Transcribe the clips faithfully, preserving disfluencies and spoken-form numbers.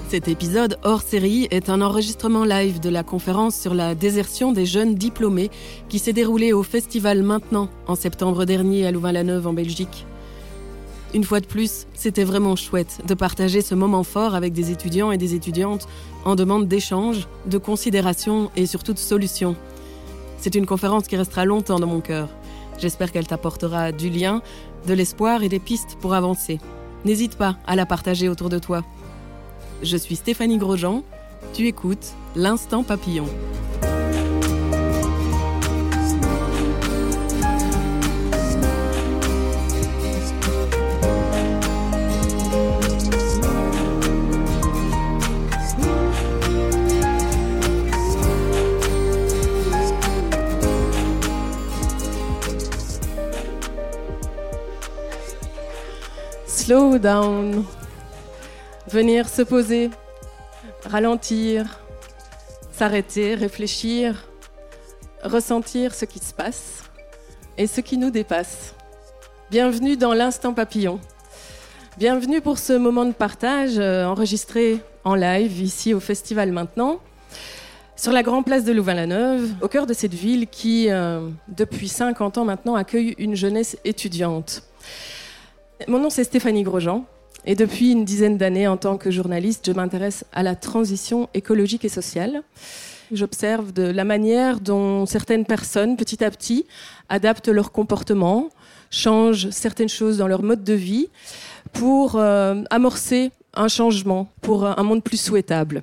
Cet épisode hors série est un enregistrement live de la conférence sur la désertion des jeunes diplômés qui s'est déroulée au Festival Maintenant en septembre dernier à Louvain-la-Neuve en Belgique. Une fois de plus, c'était vraiment chouette de partager ce moment fort avec des étudiants et des étudiantes en demande d'échange, de considération et surtout de solutions. C'est une conférence qui restera longtemps dans mon cœur. J'espère qu'elle t'apportera du lien, de l'espoir et des pistes pour avancer. N'hésite pas à la partager autour de toi. Je suis Stéphanie Grosjean, tu écoutes l'Instant Papillon. Slow down. Venir se poser, ralentir, s'arrêter, réfléchir, ressentir ce qui se passe et ce qui nous dépasse. Bienvenue dans l'Instant Papillon. Bienvenue pour ce moment de partage euh, enregistré en live ici au Festival Maintenant, sur la grande place de Louvain-la-Neuve, au cœur de cette ville qui, euh, depuis cinquante ans maintenant, accueille une jeunesse étudiante. Mon nom c'est Stéphanie Grosjean. Et depuis une dizaine d'années, en tant que journaliste, je m'intéresse à la transition écologique et sociale. J'observe de la manière dont certaines personnes, petit à petit, adaptent leur comportement, changent certaines choses dans leur mode de vie pour euh, amorcer un changement, pour un monde plus souhaitable.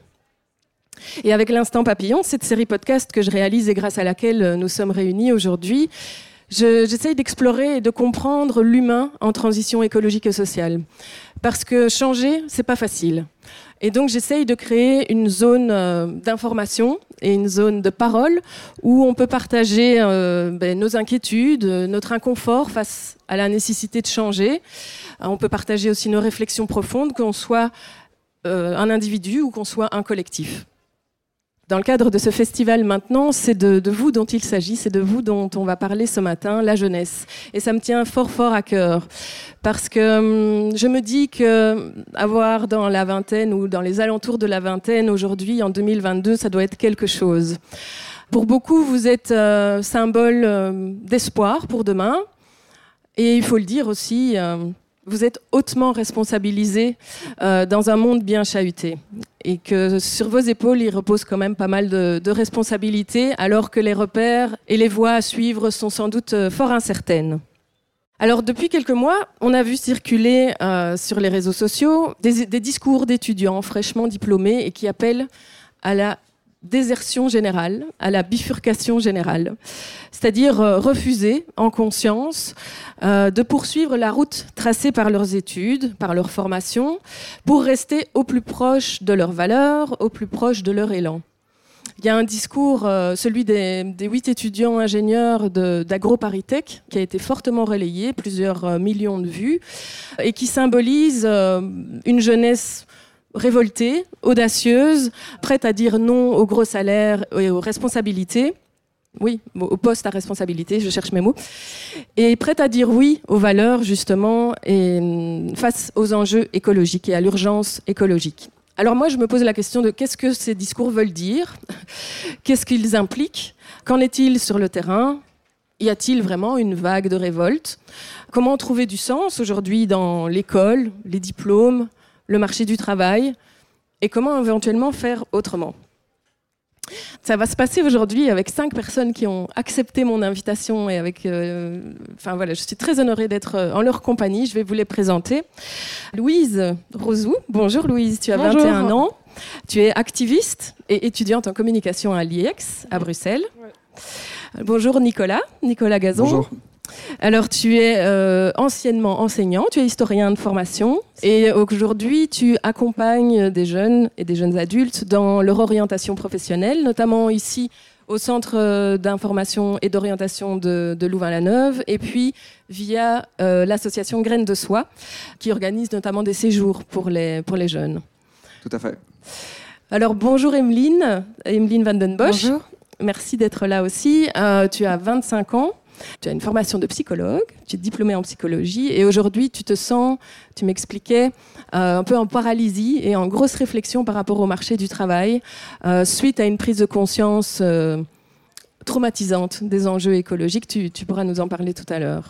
Et avec l'Instant Papillon, cette série podcast que je réalise et grâce à laquelle nous sommes réunis aujourd'hui, Je, j'essaye d'explorer et de comprendre l'humain en transition écologique et sociale. Parce que changer, c'est pas facile. Et donc j'essaye de créer une zone euh, d'information et une zone de parole où on peut partager euh, ben, nos inquiétudes, notre inconfort face à la nécessité de changer. Euh, on peut partager aussi nos réflexions profondes, qu'on soit euh, un individu ou qu'on soit un collectif. Dans le cadre de ce festival maintenant, c'est de, de vous dont il s'agit, c'est de vous dont on va parler ce matin, la jeunesse. Et ça me tient fort fort à cœur, parce que hum, je me dis qu'avoir dans la vingtaine ou dans les alentours de la vingtaine aujourd'hui, en deux mille vingt-deux, ça doit être quelque chose. Pour beaucoup, vous êtes euh, symbole euh, d'espoir pour demain, et il faut le dire aussi, euh, vous êtes hautement responsabilisés euh, dans un monde bien chahuté. Et que sur vos épaules, il repose quand même pas mal de, de responsabilités, alors que les repères et les voies à suivre sont sans doute fort incertaines. Alors, depuis quelques mois, on a vu circuler euh, sur les réseaux sociaux des, des discours d'étudiants fraîchement diplômés et qui appellent à la désertion générale, à la bifurcation générale, c'est-à-dire euh, refuser en conscience euh, de poursuivre la route tracée par leurs études, par leur formation, pour rester au plus proche de leurs valeurs, au plus proche de leur élan. Il y a un discours, euh, celui des, des huit étudiants ingénieurs de, d'AgroParisTech, qui a été fortement relayé, plusieurs euh, millions de vues, et qui symbolise euh, une jeunesse révoltée, audacieuse, prête à dire non aux gros salaires et aux responsabilités. Oui, au poste à responsabilité, je cherche mes mots. Et prête à dire oui aux valeurs, justement, et face aux enjeux écologiques et à l'urgence écologique. Alors moi, je me pose la question de qu'est-ce que ces discours veulent dire ? Qu'est-ce qu'ils impliquent ? Qu'en est-il sur le terrain ? Y a-t-il vraiment une vague de révolte ? Comment trouver du sens aujourd'hui dans l'école, les diplômes, le marché du travail, et comment éventuellement faire autrement. Ça va se passer aujourd'hui avec cinq personnes qui ont accepté mon invitation et avec, euh, enfin voilà, je suis très honorée d'être en leur compagnie. Je vais vous les présenter. Louise Rosou, bonjour Louise, tu as bonjour. vingt et un ans, tu es activiste et étudiante en communication à l'I E X à Bruxelles. Ouais. Bonjour Nicolas, Nicolas Gazon. Bonjour. Alors, tu es euh, anciennement enseignant, tu es historien de formation et aujourd'hui, tu accompagnes des jeunes et des jeunes adultes dans leur orientation professionnelle, notamment ici au Centre d'information et d'orientation de, de Louvain-la-Neuve et puis via euh, l'association Graines de Soie qui organise notamment des séjours pour les, pour les jeunes. Tout à fait. Alors, bonjour Emeline, Emeline Van den Bosch. Bonjour. Merci d'être là aussi. Euh, tu as vingt-cinq ans. Tu as une formation de psychologue, tu es diplômée en psychologie et aujourd'hui tu te sens, tu m'expliquais, euh, un peu en paralysie et en grosse réflexion par rapport au marché du travail euh, suite à une prise de conscience euh, traumatisante des enjeux écologiques. Tu, tu pourras nous en parler tout à l'heure.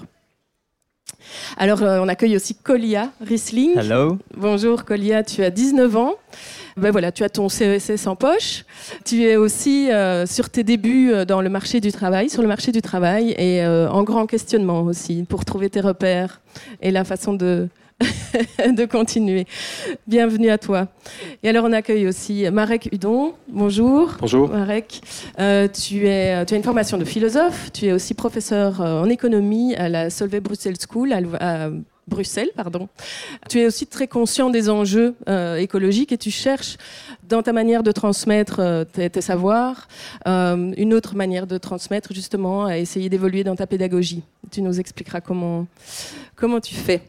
Alors, euh, on accueille aussi Kolia Riesling. Hello. Bonjour Kolia, tu as dix-neuf ans. Ben voilà, tu as ton C E S S en poche. Tu es aussi euh, sur tes débuts dans le marché du travail, sur le marché du travail et euh, en grand questionnement aussi pour trouver tes repères et la façon de, de continuer. Bienvenue à toi. Et alors, on accueille aussi Marek Hudon. Bonjour. Bonjour. Marek, euh, tu, es, tu as une formation de philosophe. Tu es aussi professeur euh, en économie à la Solvay Brussels School à, à Bruxelles, pardon. Tu es aussi très conscient des enjeux euh, écologiques et tu cherches dans ta manière de transmettre euh, tes, tes savoirs euh, une autre manière de transmettre justement à essayer d'évoluer dans ta pédagogie. Tu nous expliqueras comment, comment tu fais.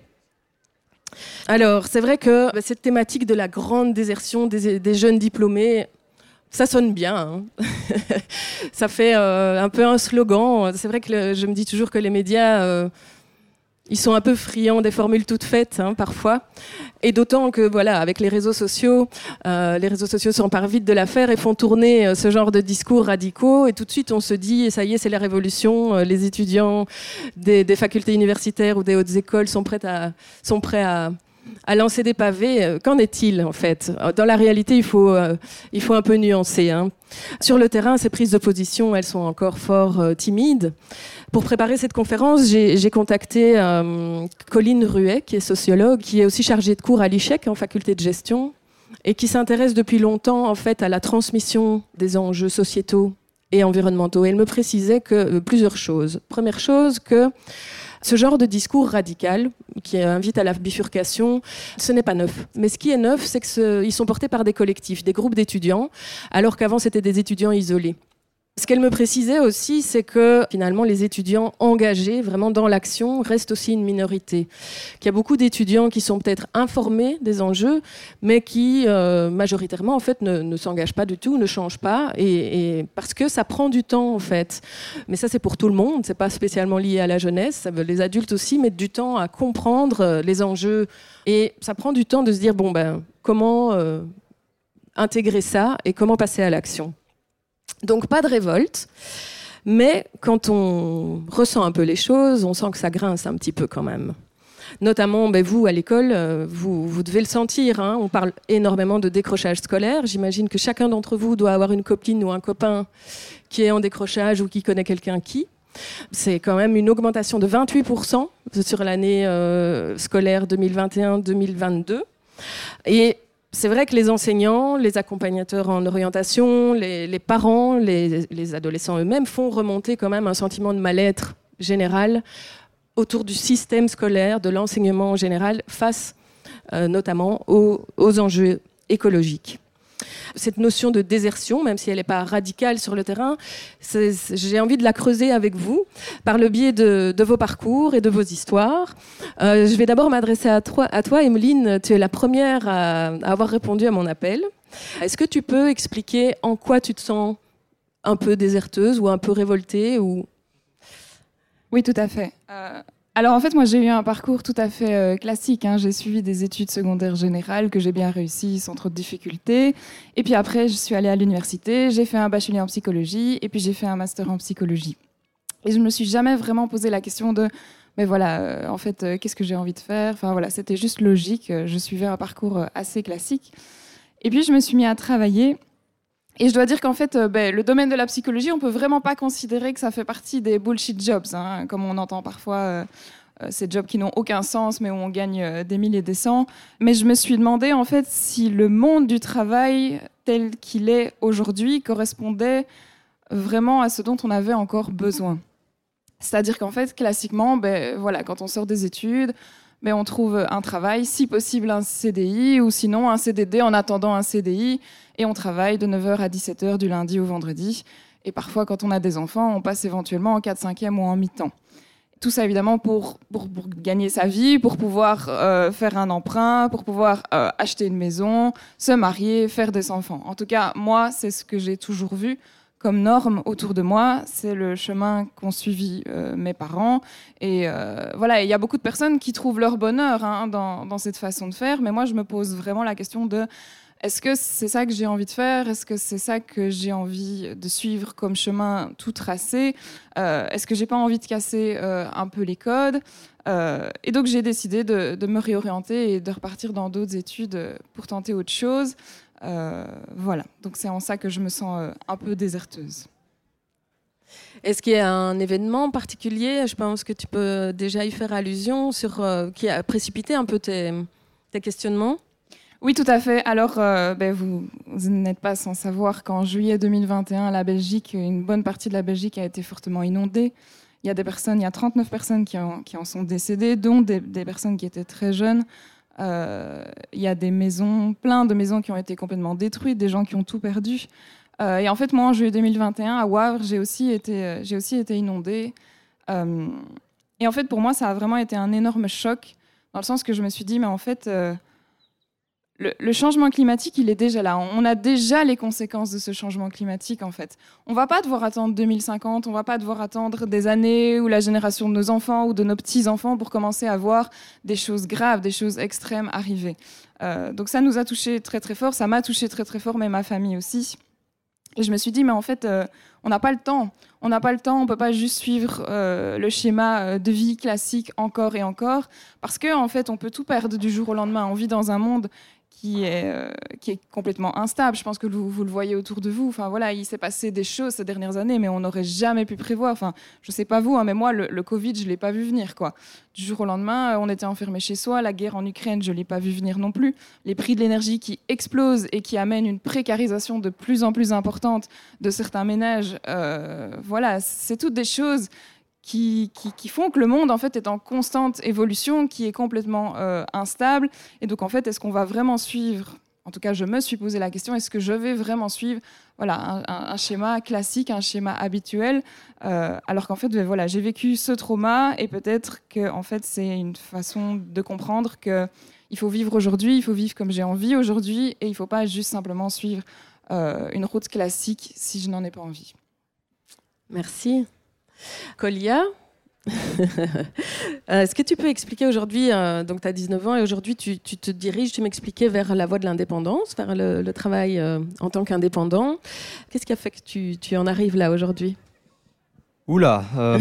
Alors, c'est vrai que bah, cette thématique de la grande désertion des, des jeunes diplômés, ça sonne bien. Hein. Ça fait euh, un peu un slogan. C'est vrai que le, je me dis toujours que les médias... Euh, Ils sont un peu friands des formules toutes faites, hein, parfois. Et d'autant que, voilà, avec les réseaux sociaux, euh, les réseaux sociaux s'emparent vite de l'affaire et font tourner euh, ce genre de discours radicaux. Et tout de suite, on se dit, ça y est, c'est la révolution. Euh, les étudiants des, des facultés universitaires ou des hautes écoles sont prêts à, sont prêts à, à lancer des pavés. Qu'en est-il, en fait ? Dans la réalité, il faut, euh, il faut un peu nuancer. Hein. Sur le terrain, ces prises de position, elles sont encore fort euh, timides. Pour préparer cette conférence, j'ai, j'ai contacté euh, Colline Ruet, qui est sociologue, qui est aussi chargée de cours à l'I C H E C en faculté de gestion et qui s'intéresse depuis longtemps en fait à la transmission des enjeux sociétaux et environnementaux. Et elle me précisait que euh, plusieurs choses. Première chose, que ce genre de discours radical qui invite à la bifurcation, ce n'est pas neuf. Mais ce qui est neuf, c'est qu'ils sont portés par des collectifs, des groupes d'étudiants, alors qu'avant c'était des étudiants isolés. Ce qu'elle me précisait aussi, c'est que finalement les étudiants engagés vraiment dans l'action restent aussi une minorité. Qu'il y a beaucoup d'étudiants qui sont peut-être informés des enjeux, mais qui euh, majoritairement en fait ne, ne s'engagent pas du tout, ne changent pas, et, et parce que ça prend du temps en fait. Mais ça c'est pour tout le monde, c'est pas spécialement lié à la jeunesse. Les adultes aussi mettent du temps à comprendre les enjeux, et ça prend du temps de se dire bon ben comment euh, intégrer ça et comment passer à l'action. Donc pas de révolte, mais quand on ressent un peu les choses, on sent que ça grince un petit peu quand même. Notamment, ben vous, à l'école, vous, vous devez le sentir. Hein, on parle énormément de décrochage scolaire. J'imagine que chacun d'entre vous doit avoir une copine ou un copain qui est en décrochage ou qui connaît quelqu'un qui. C'est quand même une augmentation de vingt-huit pour cent sur l'année euh, scolaire deux mille vingt et un deux mille vingt-deux. Et c'est vrai que les enseignants, les accompagnateurs en orientation, les, les parents, les, les adolescents eux-mêmes font remonter quand même un sentiment de mal-être général autour du système scolaire, de l'enseignement en général, face euh, notamment aux, aux enjeux écologiques. Cette notion de désertion, même si elle n'est pas radicale sur le terrain, c'est, c'est, j'ai envie de la creuser avec vous par le biais de, de vos parcours et de vos histoires. Euh, je vais d'abord m'adresser à toi, à toi, Emeline. Tu es la première à, à avoir répondu à mon appel. Est-ce que tu peux expliquer en quoi tu te sens un peu déserteuse ou un peu révoltée ou... Oui, tout à fait. Euh... Alors en fait, moi j'ai eu un parcours tout à fait euh, classique. Hein. J'ai suivi des études secondaires générales que j'ai bien réussi sans trop de difficultés. Et puis après, je suis allée à l'université, j'ai fait un bachelier en psychologie et puis j'ai fait un master en psychologie. Et je ne me suis jamais vraiment posé la question de, mais voilà, euh, en fait, euh, qu'est-ce que j'ai envie de faire ? Enfin voilà, c'était juste logique. Je suivais un parcours assez classique. Et puis je me suis mis à travailler. Et je dois dire qu'en fait, euh, ben, le domaine de la psychologie, on peut vraiment pas considérer que ça fait partie des bullshit jobs, hein, comme on entend parfois euh, euh, ces jobs qui n'ont aucun sens, mais où on gagne euh, des milliers et des cents. Mais je me suis demandé en fait si le monde du travail tel qu'il est aujourd'hui correspondait vraiment à ce dont on avait encore besoin. C'est-à-dire qu'en fait, classiquement, ben, voilà, quand on sort des études, ben, on trouve un travail, si possible un C D I, ou sinon un C D D en attendant un C D I, et on travaille de neuf heures à dix-sept heures du lundi au vendredi. Et parfois, quand on a des enfants, on passe éventuellement en quatre cinquième ou en mi-temps. Tout ça, évidemment, pour, pour, pour gagner sa vie, pour pouvoir euh, faire un emprunt, pour pouvoir euh, acheter une maison, se marier, faire des enfants. En tout cas, moi, c'est ce que j'ai toujours vu comme norme autour de moi, c'est le chemin qu'ont suivi euh, mes parents. Et euh, voilà, il y a beaucoup de personnes qui trouvent leur bonheur hein, dans, dans cette façon de faire, mais moi, je me pose vraiment la question de est-ce que c'est ça que j'ai envie de faire? Est-ce que c'est ça que j'ai envie de suivre comme chemin tout tracé? euh, Est-ce que j'ai pas envie de casser euh, un peu les codes? euh, Et donc, j'ai décidé de, de me réorienter et de repartir dans d'autres études pour tenter autre chose. Euh, voilà, donc c'est en ça que je me sens euh, un peu déserteuse. Est-ce qu'il y a un événement particulier, je pense que tu peux déjà y faire allusion, sur, euh, qui a précipité un peu tes, tes questionnements? Oui, tout à fait. Alors, euh, ben, vous, vous n'êtes pas sans savoir qu'en juillet deux mille vingt et un, la Belgique, une bonne partie de la Belgique a été fortement inondée. Il y a des personnes, il y a trente-neuf personnes qui en, qui en sont décédées, dont des, des personnes qui étaient très jeunes. Euh, il y a des maisons, plein de maisons qui ont été complètement détruites, des gens qui ont tout perdu. Euh, et en fait, moi, en juillet deux mille vingt et un, à Wavre, j'ai aussi été, j'ai aussi été inondée. Euh, et en fait, pour moi, ça a vraiment été un énorme choc, dans le sens que je me suis dit, mais en fait, euh, le, le changement climatique, il est déjà là. On a déjà les conséquences de ce changement climatique, en fait. On ne va pas devoir attendre deux mille cinquante, on ne va pas devoir attendre des années ou la génération de nos enfants ou de nos petits-enfants pour commencer à voir des choses graves, des choses extrêmes arriver. Euh, donc ça nous a touchés très très fort, ça m'a touché très très fort, mais ma famille aussi. Et je me suis dit, mais en fait, euh, on n'a pas le temps. On n'a pas le temps, on ne peut pas juste suivre euh, le schéma de vie classique encore et encore, parce qu'en en fait, on peut tout perdre du jour au lendemain. On vit dans un monde qui est, euh, qui est complètement instable. Je pense que vous, vous le voyez autour de vous. Enfin, voilà, il s'est passé des choses ces dernières années, mais on n'aurait jamais pu prévoir. Enfin, je ne sais pas vous, hein, mais moi, le, le Covid, je ne l'ai pas vu venir, quoi. Du jour au lendemain, on était enfermés chez soi. La guerre en Ukraine, je ne l'ai pas vu venir non plus. Les prix de l'énergie qui explosent et qui amènent une précarisation de plus en plus importante de certains ménages. Euh, voilà, c'est toutes des choses Qui, qui, qui font que le monde en fait est en constante évolution, qui est complètement euh, instable. Et donc en fait, est-ce qu'on va vraiment suivre, en tout cas je me suis posé la question, est-ce que je vais vraiment suivre voilà, un, un, un schéma classique, un schéma habituel, euh, alors qu'en fait voilà, j'ai vécu ce trauma et peut-être que en fait, c'est une façon de comprendre qu'il faut vivre aujourd'hui, il faut vivre comme j'ai envie aujourd'hui et il ne faut pas juste simplement suivre euh, une route classique si je n'en ai pas envie. Merci. Kolia, est-ce que tu peux expliquer aujourd'hui, euh, donc tu as dix-neuf ans et aujourd'hui tu, tu te diriges, tu m'expliquais vers la voie de l'indépendance, vers le, le travail euh, en tant qu'indépendant. Qu'est-ce qui a fait que tu, tu en arrives là aujourd'hui? Oula euh...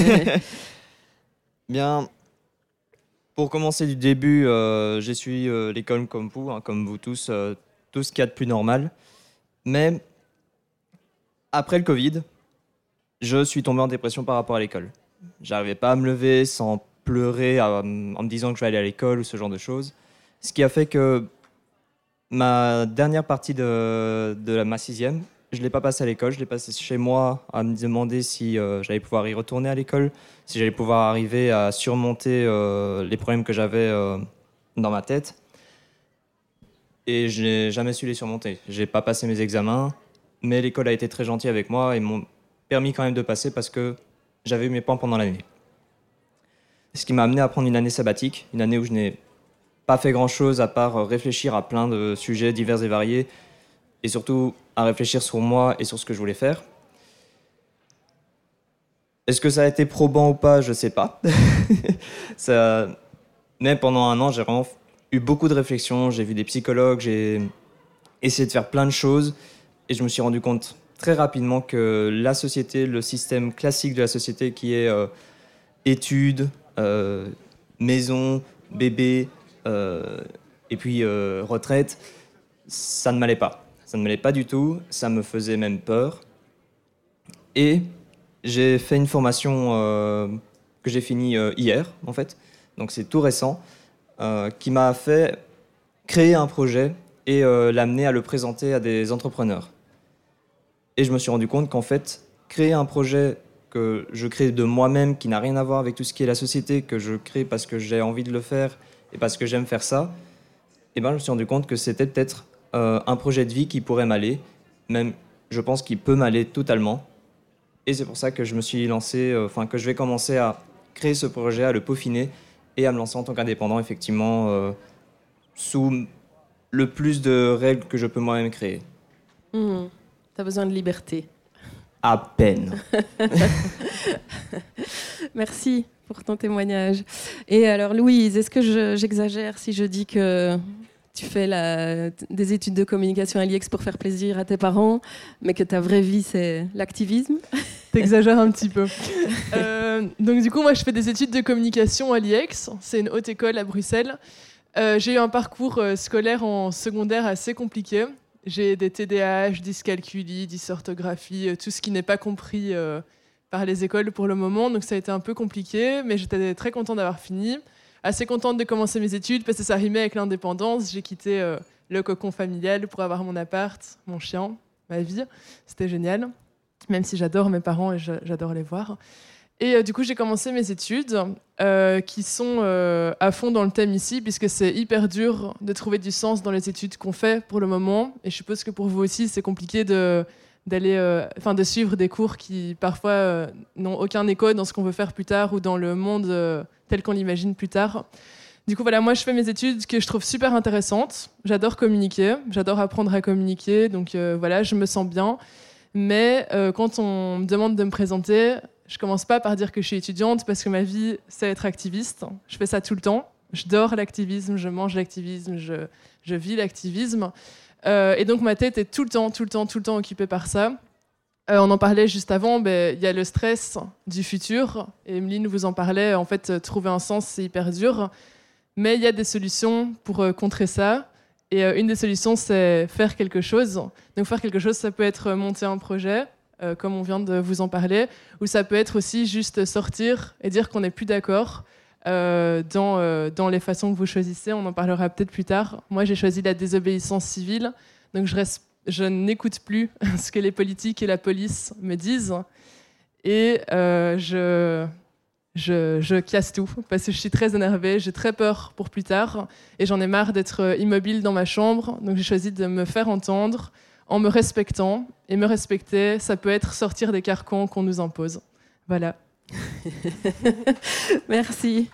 Bien, pour commencer du début, euh, j'ai suivi euh, l'école comme vous, hein, comme vous tous, euh, tout ce qu'il y a de plus normal. Mais après le Covid, je suis tombé en dépression par rapport à l'école. J'arrivais pas à me lever sans pleurer à, en me disant que je vais aller à l'école ou ce genre de choses. Ce qui a fait que ma dernière partie de, de la, ma sixième, je ne l'ai pas passée à l'école, je l'ai passée chez moi à me demander si euh, j'allais pouvoir y retourner à l'école, si j'allais pouvoir arriver à surmonter euh, les problèmes que j'avais euh, dans ma tête. Et je n'ai jamais su les surmonter. Je n'ai pas passé mes examens, mais l'école a été très gentille avec moi et m'ont permis quand même de passer parce que j'avais eu mes points pendant l'année. Ce qui m'a amené à prendre une année sabbatique, une année où je n'ai pas fait grand-chose à part réfléchir à plein de sujets divers et variés et surtout à réfléchir sur moi et sur ce que je voulais faire. Est-ce que ça a été probant ou pas? Je ne sais pas. ça... Mais pendant un an, j'ai vraiment eu beaucoup de réflexions, j'ai vu des psychologues, j'ai essayé de faire plein de choses et je me suis rendu compte très rapidement que la société, le système classique de la société qui est euh, études, euh, maison, bébé euh, et puis euh, retraite, ça ne m'allait pas. Ça ne m'allait pas du tout, ça me faisait même peur. Et j'ai fait une formation euh, que j'ai finie euh, hier, en fait, donc c'est tout récent, euh, qui m'a fait créer un projet et euh, l'amener à le présenter à des entrepreneurs. Et je me suis rendu compte qu'en fait, créer un projet que je crée de moi-même, qui n'a rien à voir avec tout ce qui est la société, que je crée parce que j'ai envie de le faire et parce que j'aime faire ça, et ben, je me suis rendu compte que c'était peut-être euh, un projet de vie qui pourrait m'aller, même je pense qu'il peut m'aller totalement. Et c'est pour ça que je me suis lancé, enfin euh, que je vais commencer à créer ce projet, à le peaufiner et à me lancer en tant qu'indépendant, effectivement, euh, sous le plus de règles que je peux moi-même créer. Mmh. Tu as besoin de liberté. À peine. Merci pour ton témoignage. Et alors, Louise, est-ce que je, j'exagère si je dis que tu fais la, des études de communication à l'I E X pour faire plaisir à tes parents, mais que ta vraie vie, c'est l'activisme? T'exagères un petit peu. Euh, donc du coup, moi, je fais des études de communication à l'I E X. C'est une haute école à Bruxelles. Euh, j'ai eu un parcours euh, scolaire en secondaire assez compliqué. J'ai des T D A H, dyscalculie, dysorthographie, euh, tout ce qui n'est pas compris euh, par les écoles pour le moment. Donc ça a été un peu compliqué, mais j'étais très contente d'avoir fini. Assez contente de commencer mes études parce que ça rimait avec l'indépendance. J'ai quitté euh, le cocon familial pour avoir mon appart, mon chien, ma vie. C'était génial, même si j'adore mes parents et j'adore les voir. Et euh, du coup, j'ai commencé mes études euh, qui sont euh, à fond dans le thème ici, puisque c'est hyper dur de trouver du sens dans les études qu'on fait pour le moment. Et je suppose que pour vous aussi, c'est compliqué de, d'aller, euh, enfin, de suivre des cours qui parfois euh, n'ont aucun écho dans ce qu'on veut faire plus tard ou dans le monde euh, tel qu'on l'imagine plus tard. Du coup, voilà, moi, je fais mes études que je trouve super intéressantes. J'adore communiquer, j'adore apprendre à communiquer, donc euh, voilà, je me sens bien. Mais euh, quand on me demande de me présenter, je commence pas par dire que je suis étudiante parce que ma vie, c'est être activiste. Je fais ça tout le temps. Je dors l'activisme, je mange l'activisme, je, je vis l'activisme. Euh, et donc, ma tête est tout le temps, tout le temps, tout le temps occupée par ça. Euh, on en parlait juste avant, ben, y a le stress du futur. Et Emeline vous en parlait. En fait, trouver un sens, c'est hyper dur. Mais il y a des solutions pour euh, contrer ça. Et euh, une des solutions, c'est faire quelque chose. Donc, faire quelque chose, ça peut être monter un projet, Euh, comme on vient de vous en parler, ou ça peut être aussi juste sortir et dire qu'on n'est plus d'accord euh, dans, euh, dans les façons que vous choisissez. On en parlera peut-être plus tard. Moi, j'ai choisi la désobéissance civile, donc je, reste, je n'écoute plus ce que les politiques et la police me disent, et euh, je, je, je casse tout, parce que je suis très énervée, j'ai très peur pour plus tard, et j'en ai marre d'être immobile dans ma chambre, donc j'ai choisi de me faire entendre, en me respectant. Et me respecter, ça peut être sortir des carcans qu'on nous impose. Voilà. Merci.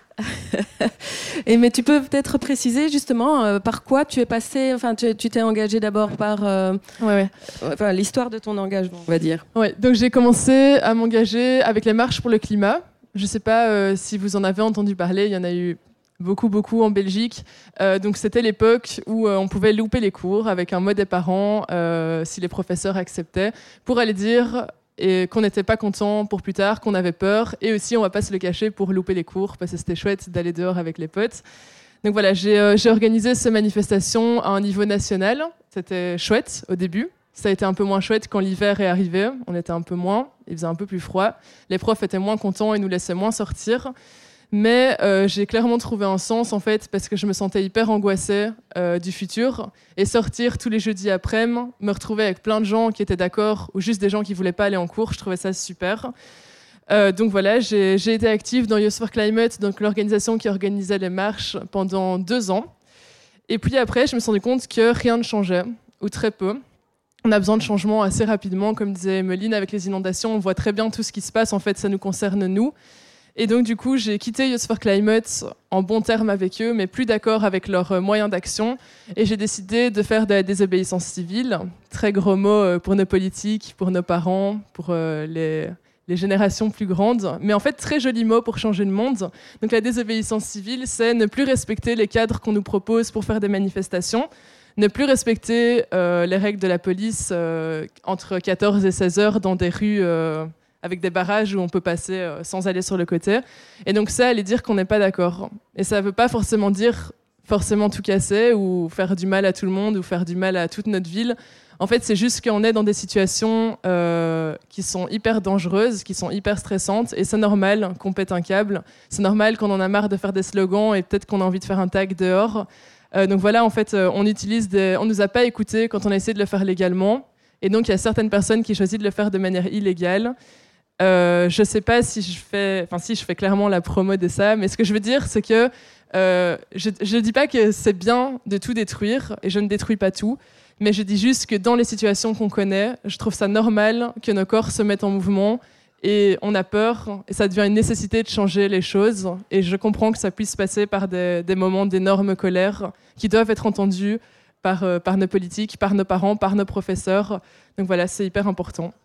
Et mais tu peux peut-être préciser justement euh, par quoi tu es passé, enfin tu, tu t'es engagé d'abord par euh, ouais, ouais. Enfin, l'histoire de ton engagement, on va dire. Ouais, donc j'ai commencé à m'engager avec les marches pour le climat. Je ne sais pas euh, si vous en avez entendu parler, il y en a eu beaucoup, beaucoup en Belgique. Euh, donc c'était l'époque où euh, on pouvait louper les cours avec un mot des parents, euh, si les professeurs acceptaient, pour aller dire et qu'on n'était pas content pour plus tard, qu'on avait peur, et aussi on ne va pas se le cacher pour louper les cours, parce que c'était chouette d'aller dehors avec les potes. Donc voilà, j'ai, euh, j'ai organisé ces manifestations à un niveau national. C'était chouette au début. Ça a été un peu moins chouette quand l'hiver est arrivé. On était un peu moins, il faisait un peu plus froid. Les profs étaient moins contents et nous laissaient moins sortir. Mais euh, j'ai clairement trouvé un sens, en fait, parce que je me sentais hyper angoissée euh, du futur. Et sortir tous les jeudis après-midi, me retrouver avec plein de gens qui étaient d'accord, ou juste des gens qui ne voulaient pas aller en cours, je trouvais ça super. Euh, donc voilà, j'ai, j'ai été active dans Youth for Climate, donc l'organisation qui organisait les marches, pendant deux ans. Et puis après, je me suis rendu compte que rien ne changeait, ou très peu. On a besoin de changements assez rapidement, comme disait Emeline, avec les inondations, on voit très bien tout ce qui se passe, en fait, ça nous concerne nous. Et donc, du coup, j'ai quitté Youth for Climate en bon terme avec eux, mais plus d'accord avec leurs moyens d'action. Et j'ai décidé de faire de la désobéissance civile. Très gros mot pour nos politiques, pour nos parents, pour les, les générations plus grandes. Mais en fait, très joli mot pour changer le monde. Donc, la désobéissance civile, c'est ne plus respecter les cadres qu'on nous propose pour faire des manifestations. Ne plus respecter euh, les règles de la police euh, entre quatorze et seize heures dans des rues... Euh, avec des barrages où on peut passer euh, sans aller sur le côté. Et donc ça, aller dire qu'on n'est pas d'accord. Et ça ne veut pas forcément dire forcément tout casser ou faire du mal à tout le monde ou faire du mal à toute notre ville. En fait, c'est juste qu'on est dans des situations euh, qui sont hyper dangereuses, qui sont hyper stressantes, et c'est normal qu'on pète un câble. C'est normal qu'on en a marre de faire des slogans et peut-être qu'on a envie de faire un tag dehors. Euh, donc voilà, en fait, euh, on utilise des... on nous a pas écoutés quand on a essayé de le faire légalement. Et donc, il y a certaines personnes qui choisissent de le faire de manière illégale. Euh, je sais pas si je fais, enfin si je fais clairement la promo de ça, mais ce que je veux dire, c'est que euh, je ne dis pas que c'est bien de tout détruire, et je ne détruis pas tout, mais je dis juste que dans les situations qu'on connaît, je trouve ça normal que nos corps se mettent en mouvement, et on a peur, et ça devient une nécessité de changer les choses, et je comprends que ça puisse passer par des, des moments d'énorme colère qui doivent être entendus par, euh, par nos politiques, par nos parents, par nos professeurs. Donc voilà, c'est hyper important.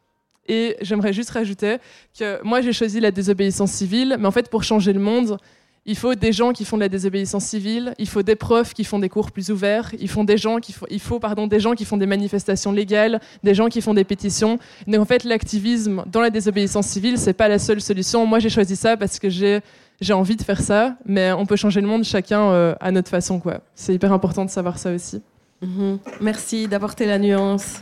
Et j'aimerais juste rajouter que moi, j'ai choisi la désobéissance civile, mais en fait, pour changer le monde, il faut des gens qui font de la désobéissance civile, il faut des profs qui font des cours plus ouverts, il faut des gens qui font, il faut, pardon, des gens qui font des manifestations légales, des gens qui font des pétitions. Donc en fait, l'activisme dans la désobéissance civile, c'est pas la seule solution. Moi, j'ai choisi ça parce que j'ai, j'ai envie de faire ça, mais on peut changer le monde chacun euh, à notre façon, quoi. C'est hyper important de savoir ça aussi. Mmh. Merci d'apporter la nuance.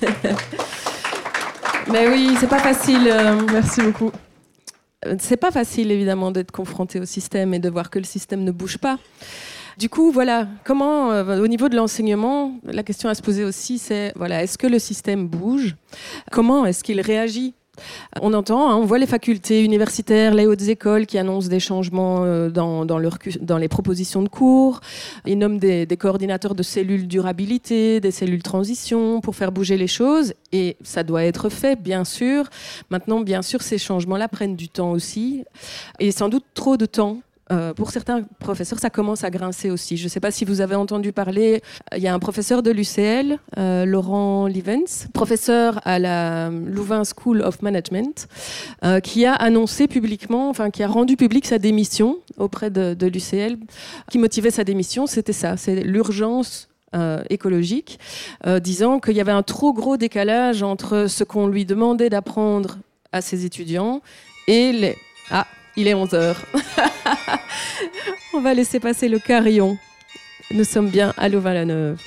Mais oui, c'est pas facile. Euh... Merci beaucoup. C'est pas facile, évidemment, d'être confronté au système et de voir que le système ne bouge pas. Du coup, voilà, comment, euh, au niveau de l'enseignement, la question à se poser aussi, c'est, voilà, est-ce que le système bouge ? Comment est-ce qu'il réagit ? On entend, hein, on voit les facultés universitaires, les hautes écoles qui annoncent des changements euh, dans, dans, leur, dans les propositions de cours. Ils nomment des, des coordinateurs de cellules durabilité, des cellules transition pour faire bouger les choses. Et ça doit être fait, bien sûr. Maintenant, bien sûr, ces changements-là prennent du temps aussi. Et sans doute trop de temps. Euh, pour certains professeurs, ça commence à grincer aussi. Je ne sais pas si vous avez entendu parler, il y a un professeur de l'U C L, euh, Laurent Livens, professeur à la Louvain School of Management, euh, qui a annoncé publiquement, enfin qui a rendu public sa démission auprès de, de l'U C L. Qui motivait sa démission, c'était ça, c'est l'urgence Euh, écologique, euh, disant qu'il y avait un trop gros décalage entre ce qu'on lui demandait d'apprendre à ses étudiants et les... Ah, il est onze heures. On va laisser passer le carillon. Nous sommes bien à Louvain-la-Neuve.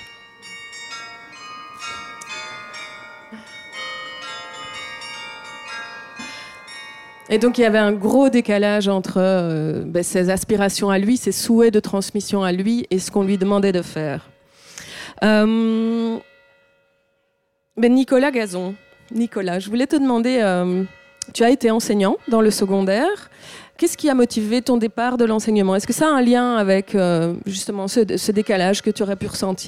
Et donc, il y avait un gros décalage entre euh, ben, ses aspirations à lui, ses souhaits de transmission à lui et ce qu'on lui demandait de faire. Euh... Ben, Nicolas Gazon. Nicolas, je voulais te demander... Euh... Tu as été enseignant dans le secondaire. Qu'est-ce qui a motivé ton départ de l'enseignement ? Est-ce que ça a un lien avec euh, justement ce, ce décalage que tu aurais pu ressentir ?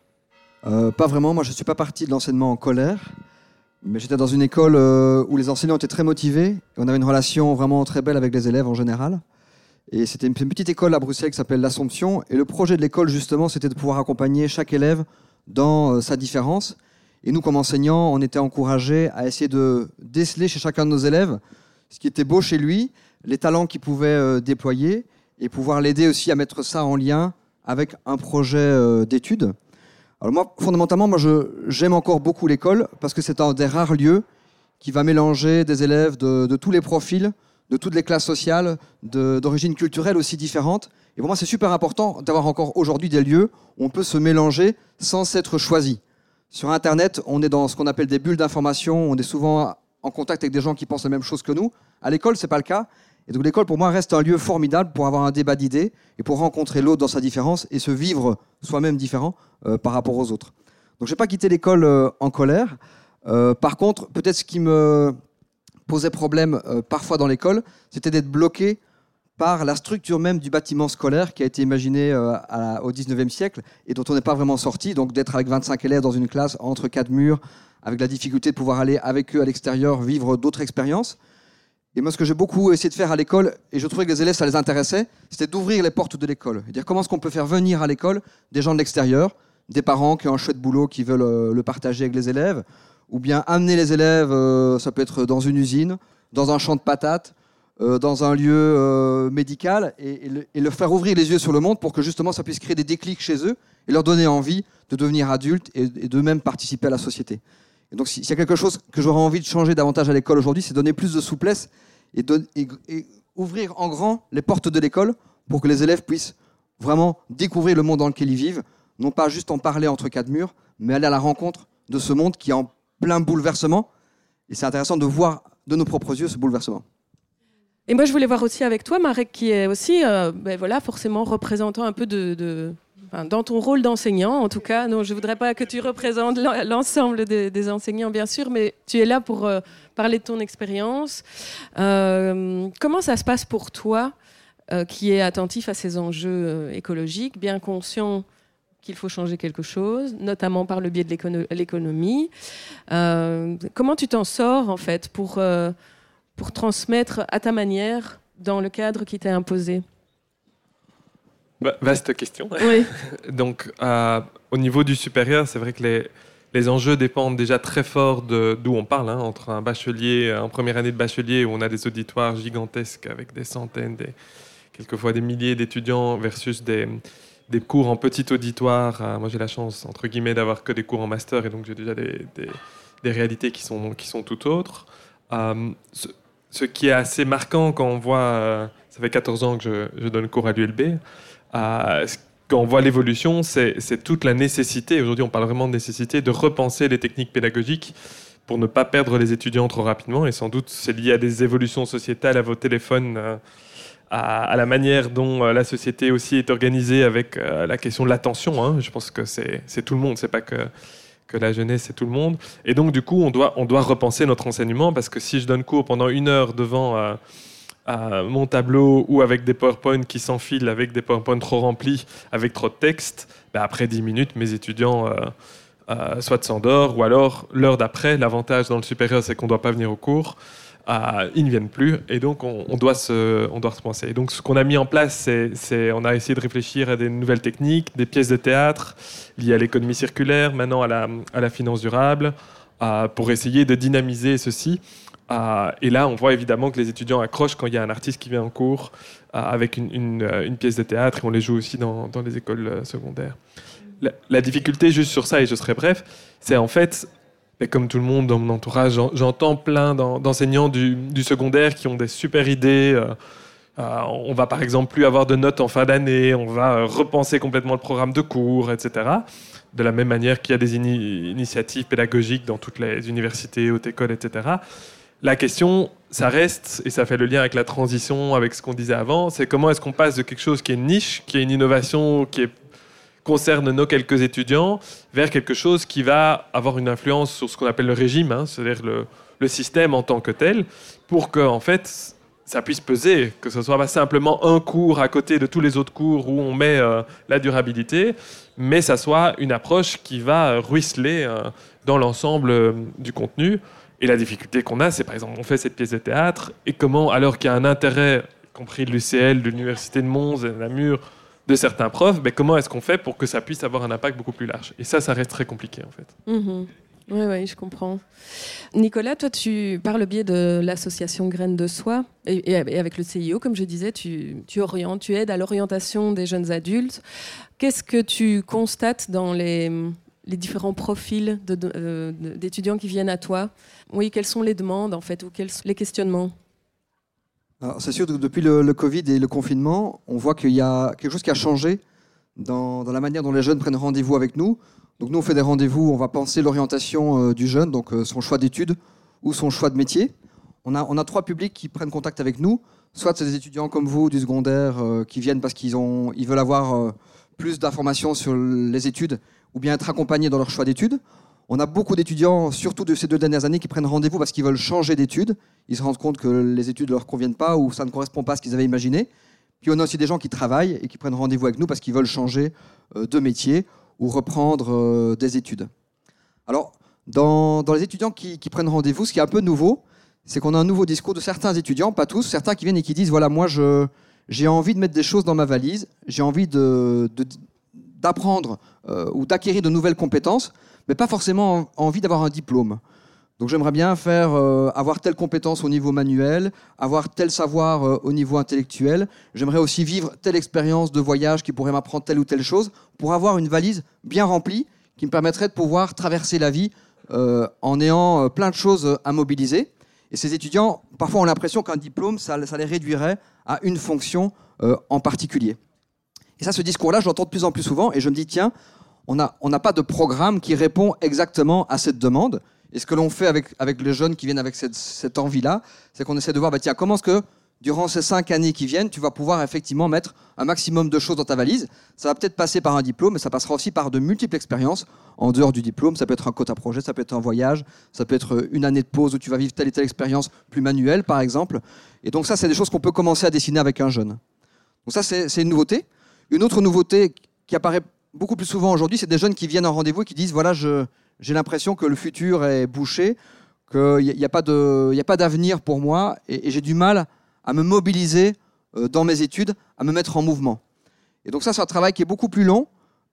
euh, Pas vraiment. Moi, je ne suis pas parti de l'enseignement en colère. Mais j'étais dans une école euh, où les enseignants étaient très motivés. Et on avait une relation vraiment très belle avec les élèves en général. Et c'était une petite école à Bruxelles qui s'appelle l'Assomption. Et le projet de l'école, justement, c'était de pouvoir accompagner chaque élève dans euh, sa différence. Et nous, comme enseignants, on était encouragés à essayer de déceler chez chacun de nos élèves ce qui était beau chez lui, les talents qu'il pouvait euh, déployer et pouvoir l'aider aussi à mettre ça en lien avec un projet euh, d'études. Alors moi, fondamentalement, moi, je, j'aime encore beaucoup l'école parce que c'est un des rares lieux qui va mélanger des élèves de, de tous les profils, de toutes les classes sociales, de, d'origines culturelles aussi différentes. Et pour moi, c'est super important d'avoir encore aujourd'hui des lieux où on peut se mélanger sans s'être choisi. Sur Internet, on est dans ce qu'on appelle des bulles d'information. On est souvent en contact avec des gens qui pensent la même chose que nous. À l'école, ce n'est pas le cas. Et donc l'école, pour moi, reste un lieu formidable pour avoir un débat d'idées et pour rencontrer l'autre dans sa différence et se vivre soi-même différent euh, par rapport aux autres. Donc je n'ai pas quitté l'école euh, en colère. Euh, par contre, peut-être ce qui me posait problème euh, parfois dans l'école, c'était d'être bloqué par la structure même du bâtiment scolaire qui a été imaginé euh, à, au dix-neuvième siècle et dont on n'est pas vraiment sorti. Donc d'être avec vingt-cinq élèves dans une classe entre quatre murs, avec la difficulté de pouvoir aller avec eux à l'extérieur, vivre d'autres expériences. Et moi, ce que j'ai beaucoup essayé de faire à l'école, et je trouvais que les élèves, ça les intéressait, c'était d'ouvrir les portes de l'école. Et dire comment est-ce qu'on peut faire venir à l'école des gens de l'extérieur, des parents qui ont un chouette boulot, qui veulent euh, le partager avec les élèves, ou bien amener les élèves, euh, ça peut être dans une usine, dans un champ de patates, Euh, dans un lieu euh, médical et, et, le, et leur faire ouvrir les yeux sur le monde pour que justement ça puisse créer des déclics chez eux et leur donner envie de devenir adultes et, et d'eux-mêmes participer à la société. Et donc s'il y a quelque chose que j'aurais envie de changer davantage à l'école aujourd'hui, c'est donner plus de souplesse et, de, et, et ouvrir en grand les portes de l'école pour que les élèves puissent vraiment découvrir le monde dans lequel ils vivent, non pas juste en parler entre quatre murs, mais aller à la rencontre de ce monde qui est en plein bouleversement. Et c'est intéressant de voir de nos propres yeux ce bouleversement. Et moi, je voulais voir aussi avec toi, Marek, qui est aussi, euh, ben voilà, forcément représentant un peu de, de enfin, dans ton rôle d'enseignant, en tout cas. Non, je voudrais pas que tu représentes l'ensemble des, des enseignants, bien sûr, mais tu es là pour euh, parler de ton expérience. Euh, comment ça se passe pour toi, euh, qui est attentif à ces enjeux euh, écologiques, bien conscient qu'il faut changer quelque chose, notamment par le biais de l'écono- l'économie. Euh, comment tu t'en sors, en fait, pour euh, pour transmettre à ta manière dans le cadre qui t'est imposé ? Bah, vaste question. Oui. Donc, euh, au niveau du supérieur, c'est vrai que les, les enjeux dépendent déjà très fort de, d'où on parle, hein, entre un bachelier, en première année de bachelier où on a des auditoires gigantesques avec des centaines, des, quelquefois des milliers d'étudiants versus des, des cours en petit auditoire. Euh, moi j'ai la chance, entre guillemets, d'avoir que des cours en master et donc j'ai déjà des, des, des réalités qui sont, qui sont tout autres. Euh, ce, ce qui est assez marquant quand on voit, euh, ça fait quatorze ans que je, je donne cours à l'U L B, euh, quand on voit l'évolution, c'est, c'est toute la nécessité, aujourd'hui on parle vraiment de nécessité, de repenser les techniques pédagogiques pour ne pas perdre les étudiants trop rapidement. Et sans doute c'est lié à des évolutions sociétales, à vos téléphones, à, à la manière dont la société aussi est organisée avec la question de l'attention. Hein. Je pense que c'est, c'est tout le monde, c'est pas que, que la jeunesse, c'est tout le monde. Et donc du coup on doit, on doit repenser notre enseignement, parce que si je donne cours pendant une heure devant... Euh, à mon tableau ou avec des PowerPoint qui s'enfilent, avec des PowerPoint trop remplis, avec trop de texte, ben après dix minutes, mes étudiants euh, euh, soit s'endorment, ou alors l'heure d'après, l'avantage dans le supérieur, c'est qu'on ne doit pas venir au cours, euh, ils ne viennent plus, et donc on, on, doit se, on doit se penser. Et donc ce qu'on a mis en place, c'est, c'est on a essayé de réfléchir à des nouvelles techniques, des pièces de théâtre liées à l'économie circulaire, maintenant à la, à la finance durable, euh, pour essayer de dynamiser ceci. Euh, et là, on voit évidemment que les étudiants accrochent quand il y a un artiste qui vient en cours euh, avec une, une, une pièce de théâtre, et on les joue aussi dans, dans les écoles euh, secondaires. La, la difficulté, juste sur ça, et je serai bref, c'est en fait, et comme tout le monde dans mon entourage, j'en, j'entends plein d'en, d'enseignants du, du secondaire qui ont des super idées. Euh, euh, on va par exemple plus avoir de notes en fin d'année, on va euh, repenser complètement le programme de cours, et cetera. De la même manière qu'il y a des ini- initiatives pédagogiques dans toutes les universités, hautes écoles, et cetera. La question, ça reste, et ça fait le lien avec la transition, avec ce qu'on disait avant, c'est comment est-ce qu'on passe de quelque chose qui est une niche, qui est une innovation, qui est, concerne nos quelques étudiants, vers quelque chose qui va avoir une influence sur ce qu'on appelle le régime, hein, c'est-à-dire le, le système en tant que tel, pour que, en fait, ça puisse peser, que ce soit pas simplement un cours à côté de tous les autres cours où on met euh, la durabilité, mais ça soit une approche qui va ruisseler euh, dans l'ensemble euh, du contenu. Et la difficulté qu'on a, c'est par exemple, on fait cette pièce de théâtre, et comment, alors qu'il y a un intérêt, y compris de l'U C L, de l'Université de Mons, de Namur, de certains profs, ben comment est-ce qu'on fait pour que ça puisse avoir un impact beaucoup plus large ? Et ça, ça reste très compliqué en fait. Mmh. Oui, oui, je comprends. Nicolas, toi, tu, par le biais de l'association Graines de Soi, et, et avec le C I O, comme je disais, tu, tu orientes, tu aides à l'orientation des jeunes adultes. Qu'est-ce que tu constates dans les... les différents profils de, de, euh, d'étudiants qui viennent à toi? Oui, quelles sont les demandes, en fait, ou quels sont les questionnements? Alors, c'est sûr que depuis le, le Covid et le confinement, on voit qu'il y a quelque chose qui a changé dans, dans la manière dont les jeunes prennent rendez-vous avec nous. Donc nous, on fait des rendez-vous, on va penser l'orientation euh, du jeune, donc euh, son choix d'études ou son choix de métier. On a, on a trois publics qui prennent contact avec nous. Soit c'est des étudiants comme vous, du secondaire, euh, qui viennent parce qu'ils ont, ils veulent avoir euh, plus d'informations sur les études, ou bien être accompagnés dans leur choix d'études. On a beaucoup d'étudiants, surtout de ces deux dernières années, qui prennent rendez-vous parce qu'ils veulent changer d'études. Ils se rendent compte que les études ne leur conviennent pas ou ça ne correspond pas à ce qu'ils avaient imaginé. Puis on a aussi des gens qui travaillent et qui prennent rendez-vous avec nous parce qu'ils veulent changer euh, de métier ou reprendre euh, des études. Alors, dans, dans les étudiants qui, qui prennent rendez-vous, ce qui est un peu nouveau, c'est qu'on a un nouveau discours de certains étudiants, pas tous, certains qui viennent et qui disent « Voilà, moi, je, j'ai envie de mettre des choses dans ma valise, j'ai envie de... de d'apprendre euh, ou d'acquérir de nouvelles compétences, mais pas forcément en, envie d'avoir un diplôme. Donc j'aimerais bien faire, euh, avoir telle compétence au niveau manuel, avoir tel savoir euh, au niveau intellectuel. J'aimerais aussi vivre telle expérience de voyage qui pourrait m'apprendre telle ou telle chose pour avoir une valise bien remplie qui me permettrait de pouvoir traverser la vie euh, en ayant euh, plein de choses à mobiliser. Et ces étudiants, parfois, ont l'impression qu'un diplôme, ça, ça les réduirait à une fonction euh, en particulier. Et ça, ce discours-là, je l'entends de plus en plus souvent et je me dis, tiens, on n'a on n'a pas de programme qui répond exactement à cette demande. Et ce que l'on fait avec, avec les jeunes qui viennent avec cette, cette envie-là, c'est qu'on essaie de voir, bah, tiens, comment est-ce que, durant ces cinq années qui viennent, tu vas pouvoir effectivement mettre un maximum de choses dans ta valise. Ça va peut-être passer par un diplôme, mais ça passera aussi par de multiples expériences en dehors du diplôme. Ça peut être un quota projet, ça peut être un voyage, ça peut être une année de pause où tu vas vivre telle et telle expérience plus manuelle, par exemple. Et donc ça, c'est des choses qu'on peut commencer à dessiner avec un jeune. Donc ça, c'est, c'est une nouveauté. Une autre nouveauté qui apparaît beaucoup plus souvent aujourd'hui, c'est des jeunes qui viennent en rendez-vous et qui disent « Voilà, je, j'ai l'impression que le futur est bouché, qu'il n'y a, a pas de, y a pas d'avenir pour moi et, et j'ai du mal à me mobiliser euh, dans mes études, à me mettre en mouvement. » Et donc ça, c'est un travail qui est beaucoup plus long,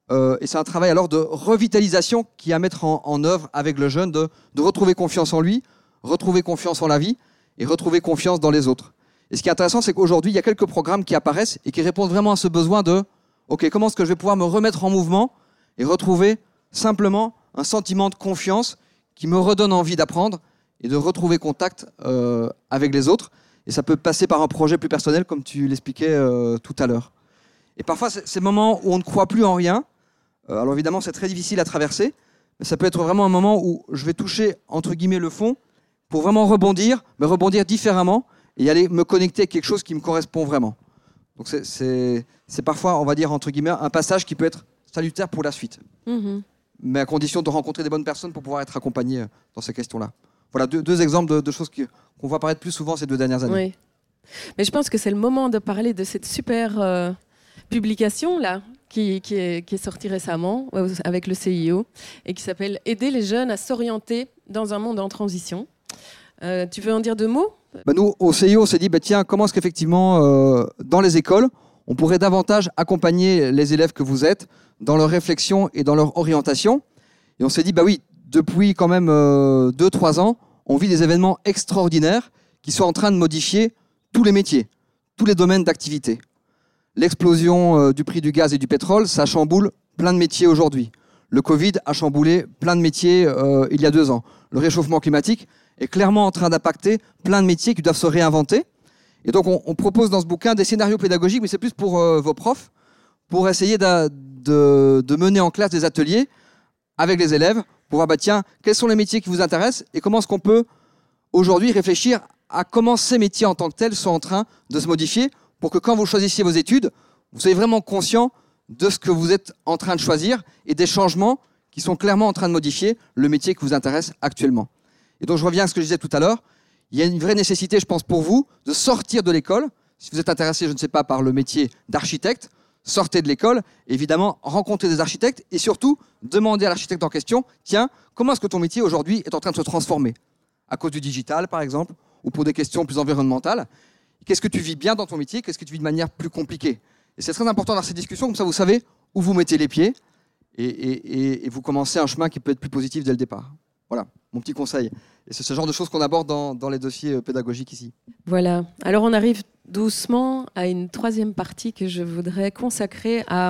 Euh, et c'est un travail alors de revitalisation qui est à mettre en, en œuvre avec le jeune, de, de retrouver confiance en lui, retrouver confiance en la vie et retrouver confiance dans les autres. Et ce qui est intéressant, c'est qu'aujourd'hui, il y a quelques programmes qui apparaissent et qui répondent vraiment à ce besoin de « Ok, comment est-ce que je vais pouvoir me remettre en mouvement et retrouver simplement un sentiment de confiance qui me redonne envie d'apprendre et de retrouver contact euh, avec les autres ?» Et ça peut passer par un projet plus personnel, comme tu l'expliquais euh, tout à l'heure. Et parfois, c'est ces moments où on ne croit plus en rien. Euh, alors évidemment, c'est très difficile à traverser, mais ça peut être vraiment un moment où je vais toucher, entre guillemets, le fond pour vraiment rebondir, mais rebondir différemment et aller me connecter à quelque chose qui me correspond vraiment. Donc c'est, c'est, c'est parfois, on va dire, entre guillemets, un passage qui peut être salutaire pour la suite. Mmh. Mais à condition de rencontrer des bonnes personnes pour pouvoir être accompagné dans ces questions-là. Voilà deux, deux exemples de, de choses qui, qu'on voit apparaître plus souvent ces deux dernières années. Oui. Mais je pense que c'est le moment de parler de cette super euh, publication-là, qui, qui, est, qui est sortie récemment avec le C I O et qui s'appelle « Aider les jeunes à s'orienter dans un monde en transition ». Euh, tu veux en dire deux mots ? Bah nous, au C I O, on s'est dit, bah, tiens, comment est-ce qu'effectivement, euh, dans les écoles, on pourrait davantage accompagner les élèves que vous êtes dans leur réflexion et dans leur orientation. Et on s'est dit, bah oui, depuis quand même euh, deux trois ans, on vit des événements extraordinaires qui sont en train de modifier tous les métiers, tous les domaines d'activité. L'explosion euh, du prix du gaz et du pétrole, ça chamboule plein de métiers aujourd'hui. Le Covid a chamboulé plein de métiers euh, il y a deux ans. Le réchauffement climatique est clairement en train d'impacter plein de métiers qui doivent se réinventer. Et donc, on, on propose dans ce bouquin des scénarios pédagogiques, mais c'est plus pour euh, vos profs, pour essayer de, de, de mener en classe des ateliers avec les élèves, pour voir, bah, tiens, quels sont les métiers qui vous intéressent et comment est-ce qu'on peut aujourd'hui réfléchir à comment ces métiers en tant que tels sont en train de se modifier pour que quand vous choisissiez vos études, vous soyez vraiment conscient de ce que vous êtes en train de choisir et des changements qui sont clairement en train de modifier le métier qui vous intéresse actuellement. Et donc, je reviens à ce que je disais tout à l'heure. Il y a une vraie nécessité, je pense, pour vous, de sortir de l'école. Si vous êtes intéressé, je ne sais pas, par le métier d'architecte, sortez de l'école, évidemment, rencontrez des architectes et surtout, demandez à l'architecte en question, tiens, comment est-ce que ton métier aujourd'hui est en train de se transformer ? À cause du digital, par exemple, ou pour des questions plus environnementales. Qu'est-ce que tu vis bien dans ton métier ? Qu'est-ce que tu vis de manière plus compliquée ? Et c'est très important dans ces discussions, comme ça, vous savez où vous mettez les pieds et, et, et vous commencez un chemin qui peut être plus positif dès le départ. Voilà, mon petit conseil. Et c'est ce genre de choses qu'on aborde dans, dans les dossiers pédagogiques ici. Voilà. Alors, on arrive doucement à une troisième partie que je voudrais consacrer à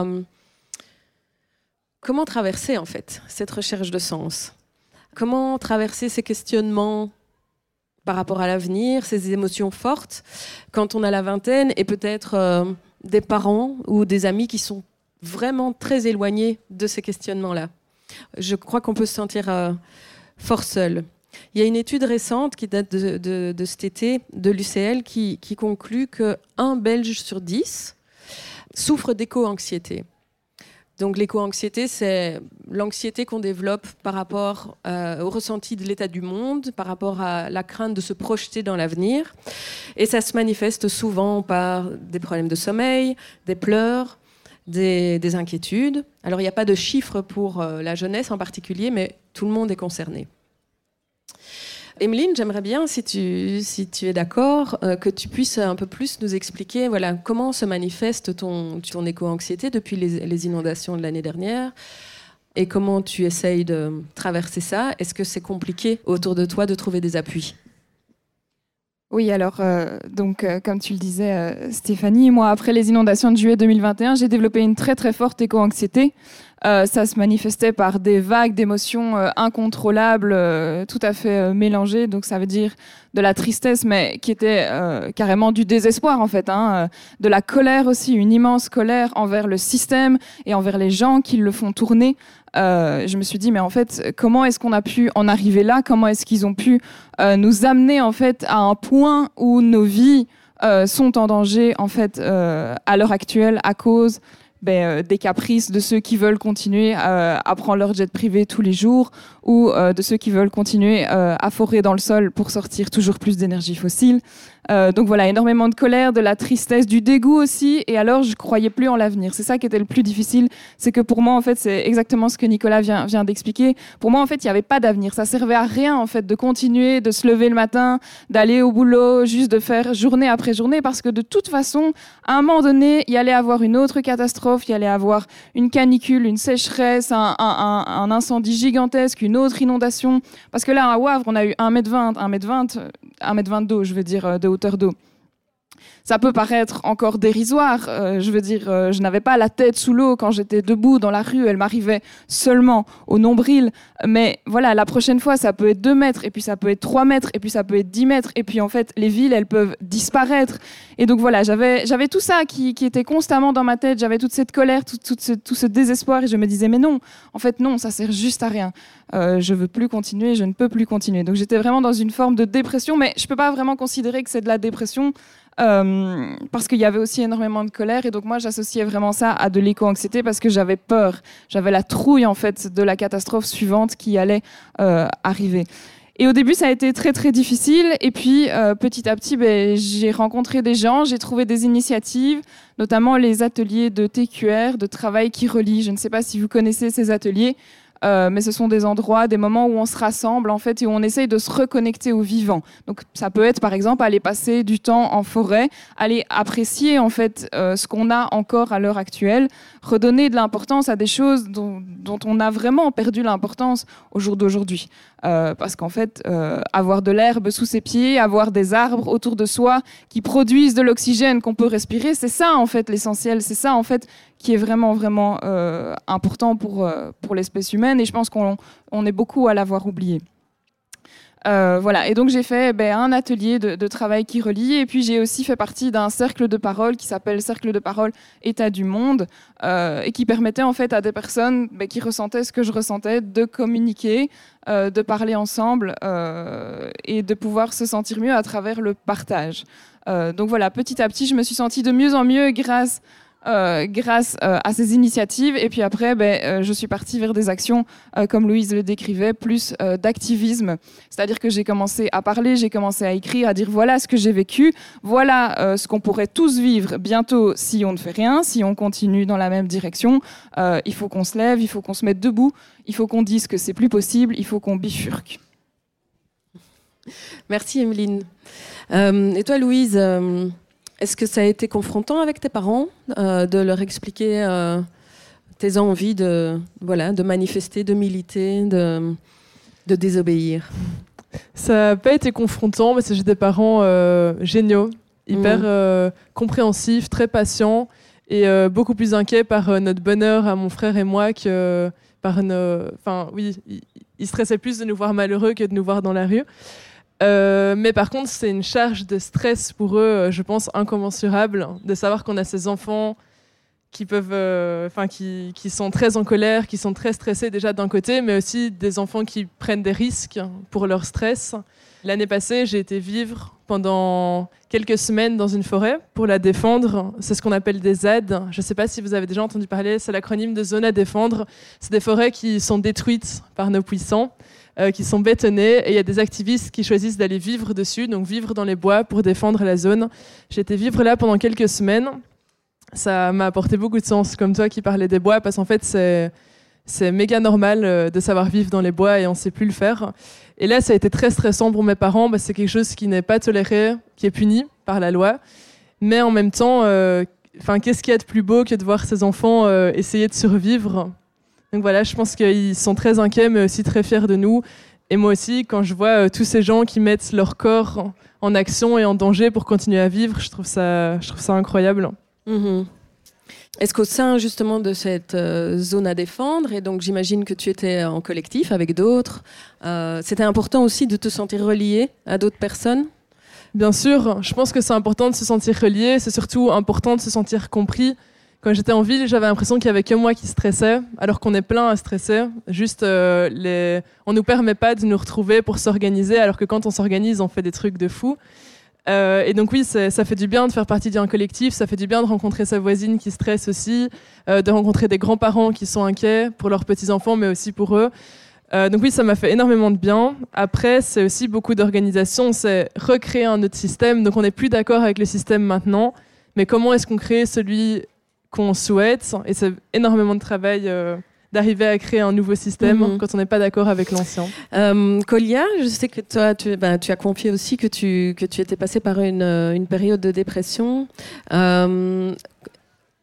comment traverser, en fait, cette recherche de sens. Comment traverser ces questionnements par rapport à l'avenir, ces émotions fortes, quand on a la vingtaine et peut-être euh, des parents ou des amis qui sont vraiment très éloignés de ces questionnements-là. Je crois qu'on peut se sentir euh, fort seul. Il y a une étude récente qui date de, de, de cet été de l'U C L qui, qui conclut qu'un Belge sur dix souffre d'éco-anxiété. Donc l'éco-anxiété, c'est l'anxiété qu'on développe par rapport euh, au ressenti de l'état du monde, par rapport à la crainte de se projeter dans l'avenir. Et ça se manifeste souvent par des problèmes de sommeil, des pleurs, des, des inquiétudes. Alors il n'y a pas de chiffres pour euh, la jeunesse en particulier, mais tout le monde est concerné. Emeline, j'aimerais bien, si tu, si tu es d'accord, euh, que tu puisses un peu plus nous expliquer voilà, comment se manifeste ton, ton éco-anxiété depuis les, les inondations de l'année dernière et comment tu essayes de traverser ça. Est-ce que c'est compliqué autour de toi de trouver des appuis ? Oui, alors, euh, donc, euh, comme tu le disais, euh, Stéphanie, moi, après les inondations de juillet deux mille vingt et un, j'ai développé une très, très forte éco-anxiété. Euh, ça se manifestait par des vagues d'émotions euh, incontrôlables, euh, tout à fait euh, mélangées. Donc, ça veut dire de la tristesse, mais qui était euh, carrément du désespoir, en fait. Hein, euh, de la colère aussi, une immense colère envers le système et envers les gens qui le font tourner. Euh, je me suis dit, mais en fait, comment est-ce qu'on a pu en arriver là ? Comment est-ce qu'ils ont pu euh, nous amener, en fait, à un point où nos vies euh, sont en danger, en fait, euh, à l'heure actuelle, à cause ben, euh, des caprices de ceux qui veulent continuer euh, à prendre leur jet privé tous les jours ou euh, de ceux qui veulent continuer euh, à forer dans le sol pour sortir toujours plus d'énergie fossile. Euh, donc voilà, énormément de colère, de la tristesse, du dégoût aussi. Et alors, je croyais plus en l'avenir. C'est ça qui était le plus difficile. C'est que pour moi, en fait, c'est exactement ce que Nicolas vient, vient d'expliquer. Pour moi, en fait, il n'y avait pas d'avenir. Ça servait à rien, en fait, de continuer, de se lever le matin, d'aller au boulot, juste de faire journée après journée, parce que de toute façon, à un moment donné, il y allait avoir une autre catastrophe. catastrophe, il y allait avoir une canicule, une sécheresse, un, un, un incendie gigantesque, une autre inondation. Parce que là, à Wavre, on a eu un mètre vingt, un mètre vingt, un mètre vingt d'eau, je veux dire, de hauteur d'eau. Ça peut paraître encore dérisoire. Euh, je veux dire, euh, je n'avais pas la tête sous l'eau quand j'étais debout dans la rue. Elle m'arrivait seulement au nombril. Mais voilà, la prochaine fois, ça peut être deux mètres, et puis ça peut être trois mètres, et puis ça peut être dix mètres. Et puis en fait, les villes, elles peuvent disparaître. Et donc voilà, j'avais, j'avais tout ça qui, qui était constamment dans ma tête. J'avais toute cette colère, tout, tout, ce, tout ce désespoir. Et je me disais, mais non, en fait, non, ça sert juste à rien. Euh, je veux plus continuer, je ne peux plus continuer. Donc j'étais vraiment dans une forme de dépression. Mais je peux pas vraiment considérer que c'est de la dépression. Euh, parce qu'il y avait aussi énormément de colère et donc moi j'associais vraiment ça à de l'éco-anxiété parce que j'avais peur, j'avais la trouille en fait de la catastrophe suivante qui allait euh, arriver. Et au début ça a été très très difficile et puis euh, petit à petit ben, j'ai rencontré des gens, j'ai trouvé des initiatives, notamment les ateliers de T Q R, de travail qui relie. Je ne sais pas si vous connaissez ces ateliers. Euh, mais ce sont des endroits, des moments où on se rassemble en fait et où on essaye de se reconnecter au vivant. Donc ça peut être par exemple aller passer du temps en forêt, aller apprécier en fait euh, ce qu'on a encore à l'heure actuelle, redonner de l'importance à des choses dont, dont on a vraiment perdu l'importance au jour d'aujourd'hui. Euh, parce qu'en fait, euh, avoir de l'herbe sous ses pieds, avoir des arbres autour de soi qui produisent de l'oxygène qu'on peut respirer, c'est ça en fait l'essentiel, c'est ça en fait qui est vraiment vraiment euh, important pour, euh, pour l'espèce humaine et je pense qu'on on est beaucoup à l'avoir oublié. Euh, voilà, et donc j'ai fait ben, un atelier de, de travail qui relie et puis j'ai aussi fait partie d'un cercle de parole qui s'appelle Cercle de parole État du monde euh, et qui permettait en fait à des personnes ben, qui ressentaient ce que je ressentais de communiquer, euh, de parler ensemble euh, et de pouvoir se sentir mieux à travers le partage. Euh, donc voilà, petit à petit je me suis sentie de mieux en mieux grâce Euh, grâce euh, à ces initiatives. Et puis après, ben, euh, je suis partie vers des actions, euh, comme Louise le décrivait, plus euh, d'activisme. C'est-à-dire que j'ai commencé à parler, j'ai commencé à écrire, à dire voilà ce que j'ai vécu, voilà euh, ce qu'on pourrait tous vivre bientôt si on ne fait rien, si on continue dans la même direction. Euh, il faut qu'on se lève, il faut qu'on se mette debout, il faut qu'on dise que c'est plus possible, il faut qu'on bifurque. Merci Emeline. Euh, et toi Louise, euh... est-ce que ça a été confrontant avec tes parents euh, de leur expliquer euh, tes envies de, voilà, de manifester, de militer, de, de désobéir? Ça n'a pas été confrontant, mais j'ai des parents euh, géniaux, hyper mmh. euh, compréhensifs, très patients et euh, beaucoup plus inquiets par euh, notre bonheur à mon frère et moi que par nos... Enfin, oui, ils, ils stressaient plus de nous voir malheureux que de nous voir dans la rue. Euh, mais par contre, c'est une charge de stress pour eux, je pense, incommensurable, de savoir qu'on a ces enfants qui peuvent, euh, enfin, qui, qui sont très en colère, qui sont très stressés déjà d'un côté, mais aussi des enfants qui prennent des risques pour leur stress. L'année passée, j'ai été vivre pendant quelques semaines dans une forêt pour la défendre. C'est ce qu'on appelle des Z A D. Je ne sais pas si vous avez déjà entendu parler, c'est l'acronyme de zone à défendre. C'est des forêts qui sont détruites par nos puissants. Euh, qui sont bétonnés et il y a des activistes qui choisissent d'aller vivre dessus, donc vivre dans les bois pour défendre la zone. J'ai été vivre là pendant quelques semaines. Ça m'a apporté beaucoup de sens, comme toi qui parlais des bois, parce qu'en fait, c'est, c'est méga normal euh, de savoir vivre dans les bois et on ne sait plus le faire. Et là, ça a été très stressant pour mes parents. Bah, c'est quelque chose qui n'est pas toléré, qui est puni par la loi. Mais en même temps, euh, qu'est-ce qu'il y a de plus beau que de voir ces enfants euh, essayer de survivre ? Donc voilà, je pense qu'ils sont très inquiets, mais aussi très fiers de nous. Et moi aussi, quand je vois euh, tous ces gens qui mettent leur corps en action et en danger pour continuer à vivre, je trouve ça, je trouve ça incroyable. Mmh. Est-ce qu'au sein justement de cette euh, zone à défendre, et donc j'imagine que tu étais en collectif avec d'autres, euh, c'était important aussi de te sentir relié à d'autres personnes ? Bien sûr, je pense que c'est important de se sentir relié, c'est surtout important de se sentir compris. Quand j'étais en ville, j'avais l'impression qu'il n'y avait que moi qui stressais, alors qu'on est plein à stresser. Juste, euh, les... on ne nous permet pas de nous retrouver pour s'organiser, alors que quand on s'organise, on fait des trucs de fou. Euh, et donc oui, c'est, ça fait du bien de faire partie d'un collectif, ça fait du bien de rencontrer sa voisine qui stresse aussi, euh, de rencontrer des grands-parents qui sont inquiets pour leurs petits-enfants, mais aussi pour eux. Euh, donc oui, ça m'a fait énormément de bien. Après, c'est aussi beaucoup d'organisation, c'est recréer un autre système. Donc on n'est plus d'accord avec le système maintenant, mais comment est-ce qu'on crée celui qu'on souhaite, et c'est énormément de travail euh, d'arriver à créer un nouveau système mmh. quand on n'est pas d'accord avec l'ancien. Euh, Kolia, je sais que toi, tu, ben, tu as confié aussi que tu, que tu étais passée par une, une période de dépression. Euh,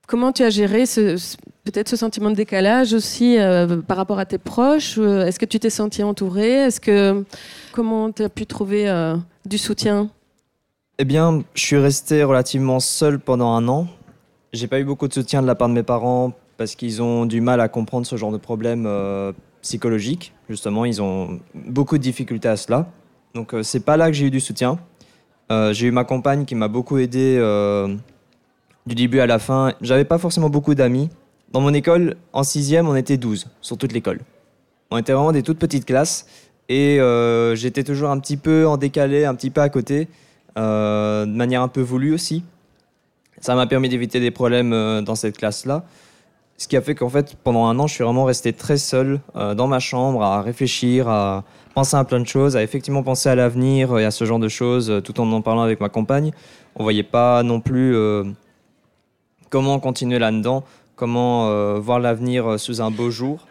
comment tu as géré ce, ce- peut-être ce sentiment de décalage aussi euh, par rapport à tes proches? Euh, Est-ce que tu t'es senti entouré? Est-ce que comment tu as pu trouver euh, du soutien? Eh bien, je suis resté relativement seul pendant un an. J'ai pas eu beaucoup de soutien de la part de mes parents parce qu'ils ont du mal à comprendre ce genre de problème euh, psychologique. Justement, ils ont beaucoup de difficultés à cela. Donc, euh, c'est pas là que j'ai eu du soutien. Euh, j'ai eu ma compagne qui m'a beaucoup aidé euh, du début à la fin. J'avais pas forcément beaucoup d'amis. Dans mon école, en sixième, on était douze sur toute l'école. On était vraiment des toutes petites classes et euh, j'étais toujours un petit peu en décalé, un petit peu à côté, euh, de manière un peu voulue aussi. Ça m'a permis d'éviter des problèmes euh, dans cette classe-là. Ce qui a fait qu'en fait, pendant un an, je suis vraiment resté très seul euh, dans ma chambre à réfléchir, à penser à plein de choses, à effectivement penser à l'avenir et à ce genre de choses, euh, tout en en parlant avec ma compagne. On voyait pas non plus euh, comment continuer là-dedans, comment euh, voir l'avenir euh, sous un beau jour.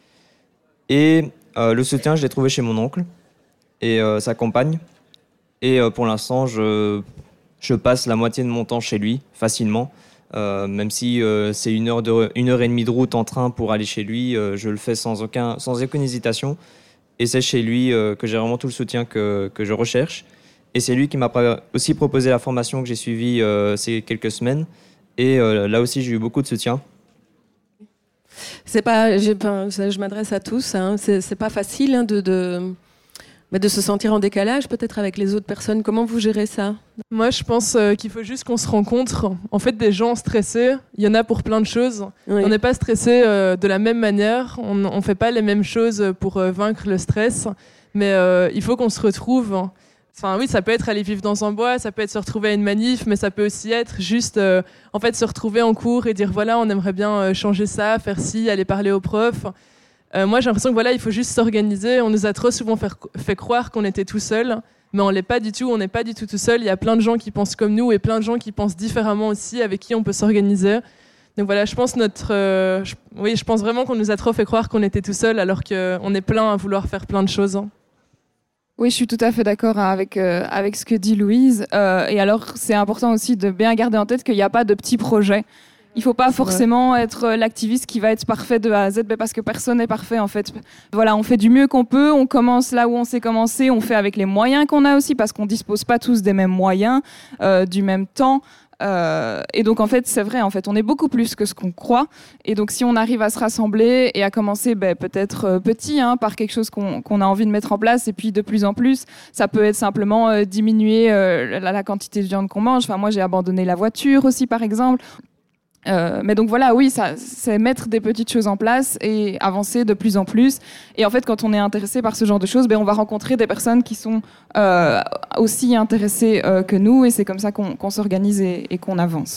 Et euh, le soutien, je l'ai trouvé chez mon oncle et euh, sa compagne. Et euh, pour l'instant, je, je passe la moitié de mon temps chez lui, facilement. Euh, même si euh, c'est une heure, de, une heure et demie de route en train pour aller chez lui, euh, je le fais sans, aucun, sans aucune hésitation. Et c'est chez lui euh, que j'ai vraiment tout le soutien que, que je recherche. Et c'est lui qui m'a aussi proposé la formation que j'ai suivie euh, ces quelques semaines. Et euh, là aussi, j'ai eu beaucoup de soutien. C'est pas, j'ai pas- ça, je m'adresse à tous. Hein, c'est, c'est pas facile hein, de, de, bah, de se sentir en décalage, peut-être avec les autres personnes. Comment vous gérez ça? Moi, je pense euh, qu'il faut juste qu'on se rencontre. En fait, des gens stressés, il y en a pour plein de choses. Oui. On n'est pas stressé euh, de la même manière. On ne fait pas les mêmes choses pour euh, vaincre le stress. Mais euh, il faut qu'on se retrouve. Enfin, oui, ça peut être aller vivre dans un bois, ça peut être se retrouver à une manif, mais ça peut aussi être juste euh, en fait, se retrouver en cours et dire voilà, on aimerait bien euh, changer ça, faire ci, aller parler au prof. Euh, moi, j'ai l'impression que voilà, il faut juste s'organiser. On nous a trop souvent fait, fait croire qu'on était tout seul, mais on l'est pas du tout. On n'est pas du tout tout seul. Il y a plein de gens qui pensent comme nous et plein de gens qui pensent différemment aussi, avec qui on peut s'organiser. Donc voilà, je pense notre, euh, je, oui, je pense vraiment qu'on nous a trop fait croire qu'on était tout seul, alors qu'on est plein à vouloir faire plein de choses. Oui, je suis tout à fait d'accord hein, avec, euh, avec ce que dit Louise. Euh, et alors, c'est important aussi de bien garder en tête qu'il n'y a pas de petits projets. Il ne faut pas forcément être l'activiste qui va être parfait de A à Z, parce que personne n'est parfait en fait. Voilà, on fait du mieux qu'on peut, on commence là où on sait commencer, on fait avec les moyens qu'on a aussi, parce qu'on ne dispose pas tous des mêmes moyens, euh, du même temps. Euh, et donc en fait c'est vrai, en fait on est beaucoup plus que ce qu'on croit, et donc si on arrive à se rassembler et à commencer ben, peut-être euh, petit hein, par quelque chose qu'on, qu'on a envie de mettre en place, et puis de plus en plus ça peut être simplement euh, diminuer euh, la, la quantité de viande qu'on mange. Enfin moi j'ai abandonné la voiture aussi par exemple. Euh, mais donc voilà, oui, ça, c'est mettre des petites choses en place et avancer de plus en plus. Et en fait, quand on est intéressé par ce genre de choses, ben, on va rencontrer des personnes qui sont euh, aussi intéressées euh, que nous, et c'est comme ça qu'on, qu'on s'organise et, et qu'on avance.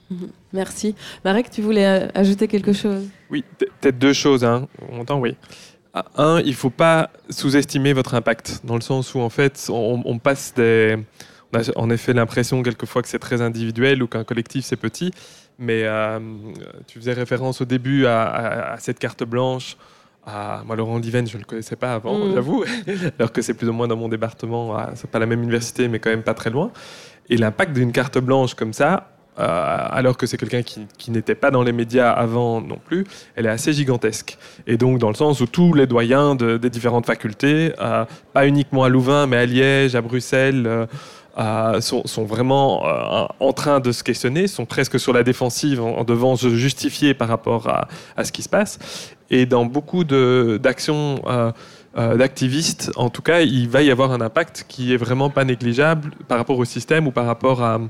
Merci. Marek, tu voulais euh, ajouter quelque chose? Oui, peut-être deux choses. Hein. On entend, oui. Un, il ne faut pas sous-estimer votre impact, dans le sens où, en fait, on, on passe des... On a en effet l'impression quelquefois que c'est très individuel ou qu'un collectif, c'est petit. Mais euh, tu faisais référence au début à, à, à cette carte blanche. À, moi, Laurent Liven, je ne le connaissais pas avant, mmh. j'avoue. Alors que c'est plus ou moins dans mon département. C'est pas la même université, mais quand même pas très loin. Et l'impact d'une carte blanche comme ça, euh, alors que c'est quelqu'un qui, qui n'était pas dans les médias avant non plus, elle est assez gigantesque. Et donc, dans le sens où tous les doyens de, des différentes facultés, euh, pas uniquement à Louvain, mais à Liège, à Bruxelles, euh, Euh, sont, sont vraiment euh, en train de se questionner, sont presque sur la défensive en, en devant se justifier par rapport à, à ce qui se passe. Et dans beaucoup de, d'actions euh, euh, d'activistes, en tout cas, il va y avoir un impact qui est vraiment pas négligeable par rapport au système ou par rapport à,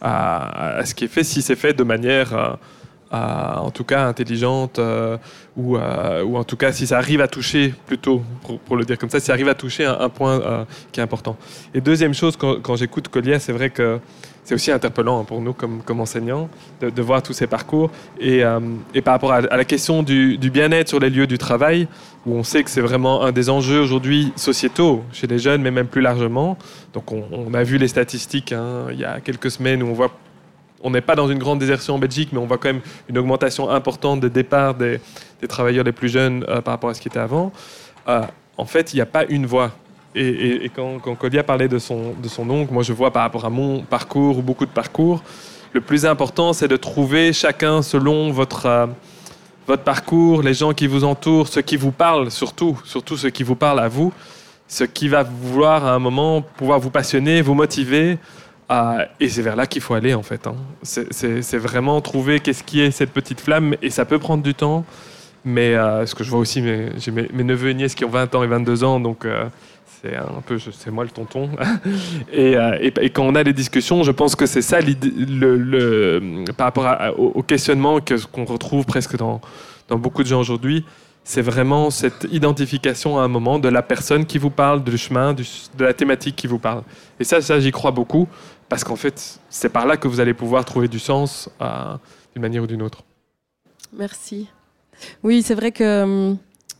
à, à ce qui est fait, si c'est fait de manière... Euh, Euh, en tout cas intelligente, euh, ou, euh, ou en tout cas si ça arrive à toucher, plutôt pour, pour le dire comme ça, si ça arrive à toucher un, un point euh, qui est important. Et deuxième chose, quand, quand j'écoute Colia, c'est vrai que c'est aussi interpellant pour nous comme, comme enseignants de, de voir tous ces parcours. Et, euh, et par rapport à, à la question du, du bien-être sur les lieux du travail, où on sait que c'est vraiment un des enjeux aujourd'hui sociétaux chez les jeunes, mais même plus largement. Donc on, on a vu les statistiques hein, il y a quelques semaines où on voit on n'est pas dans une grande désertion en Belgique, mais on voit quand même une augmentation importante des départs des, des travailleurs les plus jeunes euh, par rapport à ce qui était avant. Euh, en fait, il n'y a pas une voie. Et, et, et quand, quand Colia parlait de son, de son oncle, moi je vois par rapport à mon parcours, ou beaucoup de parcours, le plus important, c'est de trouver chacun selon votre, euh, votre parcours, les gens qui vous entourent, ceux qui vous parlent surtout, surtout ceux qui vous parlent à vous, ce qui va vouloir à un moment pouvoir vous passionner, vous motiver. Euh, et c'est vers là qu'il faut aller en fait. Hein. C'est, c'est, c'est vraiment trouver qu'est-ce qui est cette petite flamme, et ça peut prendre du temps. Mais euh, ce que je vois aussi, mes, j'ai mes, mes neveux et nièces qui ont vingt ans et vingt-deux ans, donc euh, c'est un peu, c'est moi le tonton. et, euh, et, et quand on a des discussions, je pense que c'est ça l'idée, le, le, par rapport à, au, au questionnement que, qu'on retrouve presque dans, dans beaucoup de gens aujourd'hui. C'est vraiment cette identification à un moment de la personne qui vous parle, du chemin, du, de la thématique qui vous parle. Et ça, ça, j'y crois beaucoup, parce qu'en fait, c'est par là que vous allez pouvoir trouver du sens euh, d'une manière ou d'une autre. Merci. Oui, c'est vrai que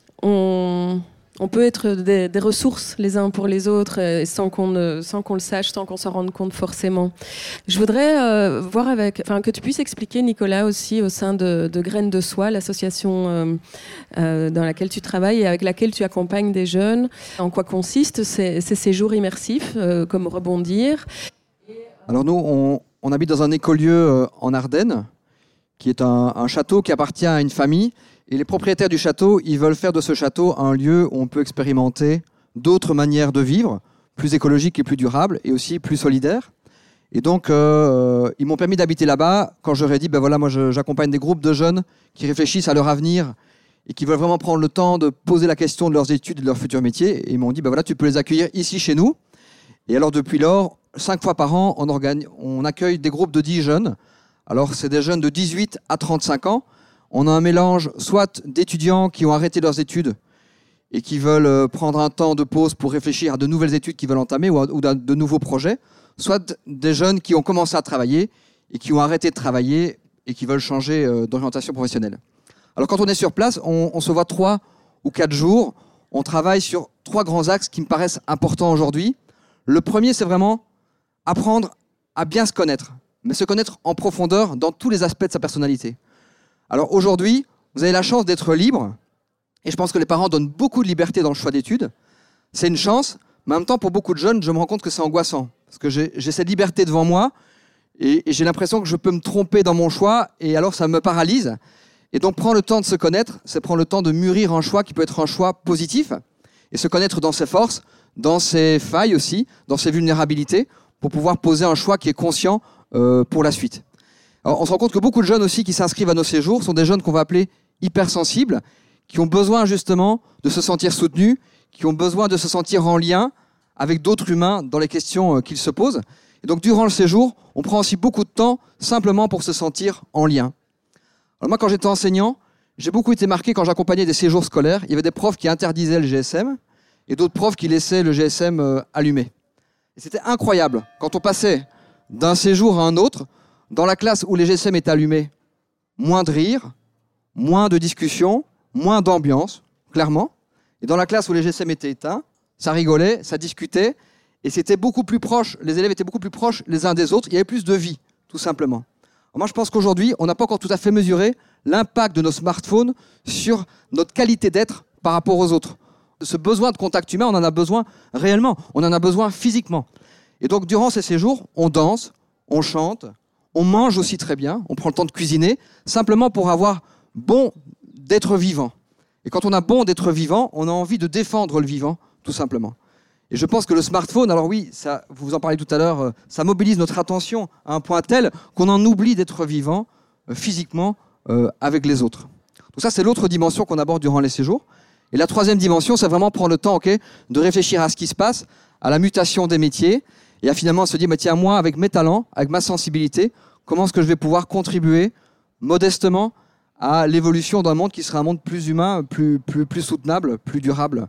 on, on peut être des, des ressources les uns pour les autres et sans qu'on ne, sans qu'on le sache, sans qu'on s'en rende compte forcément. Je voudrais euh, voir avec, enfin, que tu puisses expliquer, Nicolas, aussi au sein de, de Graines de Soi, l'association euh, euh, dans laquelle tu travailles et avec laquelle tu accompagnes des jeunes. En quoi consistent ces, ces séjours immersifs, euh, comme Rebondir? Alors nous, on, on habite dans un écolieu euh, en Ardennes, qui est un, un château qui appartient à une famille. Et les propriétaires du château, ils veulent faire de ce château un lieu où on peut expérimenter d'autres manières de vivre, plus écologiques et plus durables, et aussi plus solidaires. Et donc, euh, ils m'ont permis d'habiter là-bas quand j'aurais dit, ben voilà, moi je, j'accompagne des groupes de jeunes qui réfléchissent à leur avenir et qui veulent vraiment prendre le temps de poser la question de leurs études et de leur futur métier. Et ils m'ont dit, ben voilà, tu peux les accueillir ici chez nous. Et alors depuis lors, cinq fois par an, on, organise, on accueille des groupes de dix jeunes. Alors c'est des jeunes de dix-huit à trente-cinq ans. On a un mélange soit d'étudiants qui ont arrêté leurs études et qui veulent prendre un temps de pause pour réfléchir à de nouvelles études qu'ils veulent entamer ou à de nouveaux projets, soit des jeunes qui ont commencé à travailler et qui ont arrêté de travailler et qui veulent changer d'orientation professionnelle. Alors quand on est sur place, on, on se voit trois ou quatre jours. On travaille sur trois grands axes qui me paraissent importants aujourd'hui. Le premier, c'est vraiment apprendre à bien se connaître, mais se connaître en profondeur dans tous les aspects de sa personnalité. Alors aujourd'hui, vous avez la chance d'être libre, et je pense que les parents donnent beaucoup de liberté dans le choix d'études. C'est une chance, mais en même temps, pour beaucoup de jeunes, je me rends compte que c'est angoissant, parce que j'ai, j'ai cette liberté devant moi, et, et j'ai l'impression que je peux me tromper dans mon choix, et alors ça me paralyse. Et donc prendre le temps de se connaître, c'est prendre le temps de mûrir un choix qui peut être un choix positif, et se connaître dans ses forces, dans ses failles aussi, dans ses vulnérabilités, pour pouvoir poser un choix qui est conscient euh, pour la suite. Alors, on se rend compte que beaucoup de jeunes aussi qui s'inscrivent à nos séjours sont des jeunes qu'on va appeler hypersensibles, qui ont besoin justement de se sentir soutenus, qui ont besoin de se sentir en lien avec d'autres humains dans les questions qu'ils se posent. Et donc durant le séjour, on prend aussi beaucoup de temps simplement pour se sentir en lien. Alors moi, quand j'étais enseignant, j'ai beaucoup été marqué quand j'accompagnais des séjours scolaires. Il y avait des profs qui interdisaient le G S M et d'autres profs qui laissaient le G S M allumé. Et c'était incroyable. Quand on passait d'un séjour à un autre, dans la classe où les G S M étaient allumés, moins de rire, moins de discussion, moins d'ambiance, clairement. Et dans la classe où les G S M étaient éteints, ça rigolait, ça discutait, et c'était beaucoup plus proche, les élèves étaient beaucoup plus proches les uns des autres, il y avait plus de vie, tout simplement. Alors moi, je pense qu'aujourd'hui, on n'a pas encore tout à fait mesuré l'impact de nos smartphones sur notre qualité d'être par rapport aux autres. Ce besoin de contact humain, on en a besoin réellement, on en a besoin physiquement. Et donc, durant ces séjours, on danse, on chante, on mange aussi très bien, on prend le temps de cuisiner, simplement pour avoir bon d'être vivant. Et quand on a bon d'être vivant, on a envie de défendre le vivant, tout simplement. Et je pense que le smartphone, alors oui, ça, vous en parlez tout à l'heure, ça mobilise notre attention à un point tel qu'on en oublie d'être vivant euh, physiquement euh, avec les autres. Donc ça, c'est l'autre dimension qu'on aborde durant les séjours. Et la troisième dimension, c'est vraiment prendre le temps okay, de réfléchir à ce qui se passe, à la mutation des métiers, et à finalement se dire, bah, tiens, moi, avec mes talents, avec ma sensibilité, comment est-ce que je vais pouvoir contribuer modestement à l'évolution d'un monde qui sera un monde plus humain, plus, plus, plus soutenable, plus durable.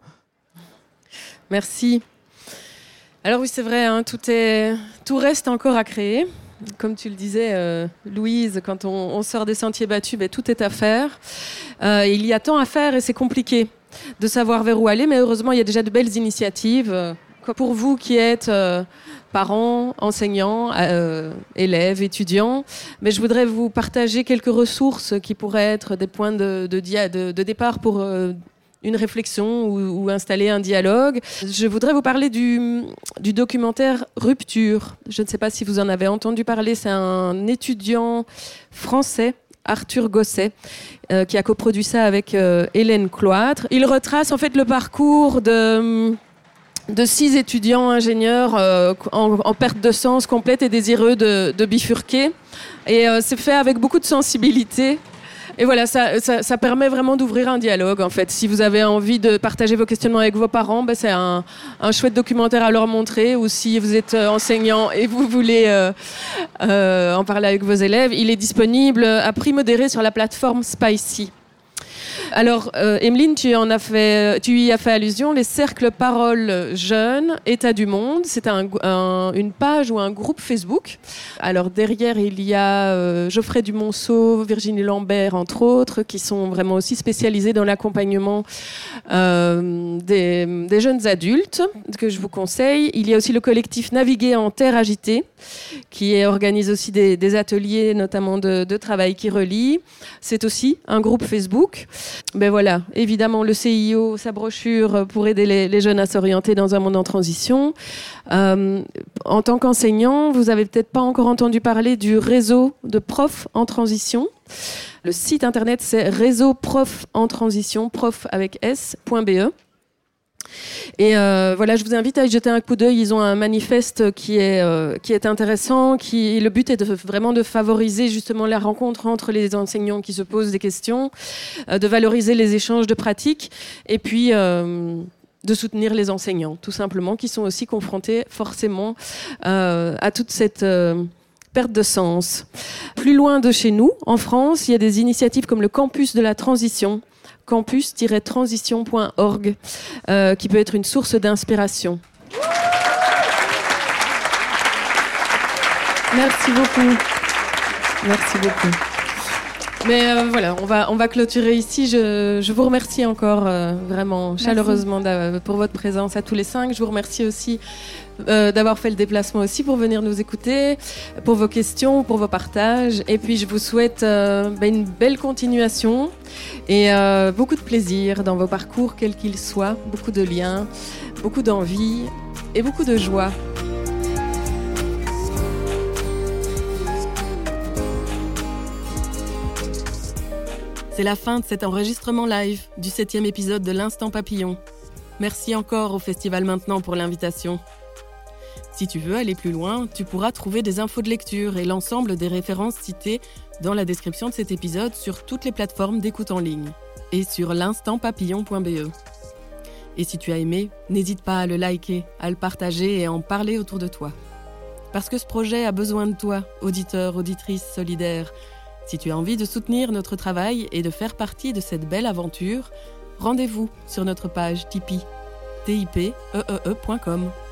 Merci. Alors oui, c'est vrai, hein, tout, est, tout reste encore à créer. Comme tu le disais, euh, Louise, quand on, on sort des sentiers battus, ben, tout est à faire. Euh, il y a tant à faire et c'est compliqué de savoir vers où aller, mais heureusement, il y a déjà de belles initiatives. Euh, pour vous qui êtes euh, parents, enseignants, euh, élèves, étudiants, mais je voudrais vous partager quelques ressources qui pourraient être des points de, de, de, de départ pour euh, une réflexion ou, ou installer un dialogue. Je voudrais vous parler du, du documentaire Rupture. Je ne sais pas si vous en avez entendu parler. C'est un étudiant français, Arthur Gosset, euh, qui a coproduit ça avec euh, Hélène Cloître. Il retrace en fait le parcours de... de six étudiants ingénieurs euh, en, en perte de sens complète et désireux de, de bifurquer. Et euh, c'est fait avec beaucoup de sensibilité. Et voilà, ça, ça, ça permet vraiment d'ouvrir un dialogue, en fait. Si vous avez envie de partager vos questionnements avec vos parents, ben c'est un, un chouette documentaire à leur montrer. Ou si vous êtes enseignant et vous voulez euh, euh, en parler avec vos élèves, il est disponible à prix modéré sur la plateforme Spicy. Alors, euh, Emeline, tu, en as fait, tu y as fait allusion, les cercles paroles jeunes, état du monde, c'est un, un, une page ou un groupe Facebook. Alors, derrière, il y a euh, Geoffrey Dumonceau, Virginie Lambert, entre autres, qui sont vraiment aussi spécialisés dans l'accompagnement euh, des, des jeunes adultes, que je vous conseille. Il y a aussi le collectif Naviguer en terre agitée, qui organise aussi des, des ateliers, notamment de, de travail qui relient. C'est aussi un groupe Facebook. Ben voilà, évidemment le C I O, sa brochure pour aider les, les jeunes à s'orienter dans un monde en transition. Euh, en tant qu'enseignant, vous avez peut-être pas encore entendu parler du réseau de profs en transition. Le site internet, c'est réseau prof en transition, prof avec s.be. Et euh, voilà, je vous invite à y jeter un coup d'œil. Ils ont un manifeste qui est, euh, qui est intéressant. Qui, le but est de, vraiment de favoriser justement la rencontre entre les enseignants qui se posent des questions, euh, de valoriser les échanges de pratiques et puis euh, de soutenir les enseignants, tout simplement, qui sont aussi confrontés forcément euh, à toute cette... Euh, perte de sens. Plus loin de chez nous, en France, il y a des initiatives comme le Campus de la Transition, campus tiret transition point org, euh, qui peut être une source d'inspiration. Merci beaucoup. Merci beaucoup. Mais euh, voilà, on va, on va clôturer ici. Je, je vous remercie encore euh, vraiment chaleureusement pour votre présence à tous les cinq. Je vous remercie aussi euh, d'avoir fait le déplacement aussi pour venir nous écouter, pour vos questions, pour vos partages. Et puis je vous souhaite euh, bah, une belle continuation et euh, beaucoup de plaisir dans vos parcours, quels qu'ils soient, beaucoup de liens, beaucoup d'envie et beaucoup de joie. C'est la fin de cet enregistrement live du septième épisode de l'Instant Papillon. Merci encore au Festival Maintenant pour l'invitation. Si tu veux aller plus loin, tu pourras trouver des infos de lecture et l'ensemble des références citées dans la description de cet épisode sur toutes les plateformes d'écoute en ligne et sur l'instant papillon point b e. Et si tu as aimé, n'hésite pas à le liker, à le partager et à en parler autour de toi. Parce que ce projet a besoin de toi, auditeur, auditrice solidaire. Si tu as envie de soutenir notre travail et de faire partie de cette belle aventure, rendez-vous sur notre page Tipeee, tip point com.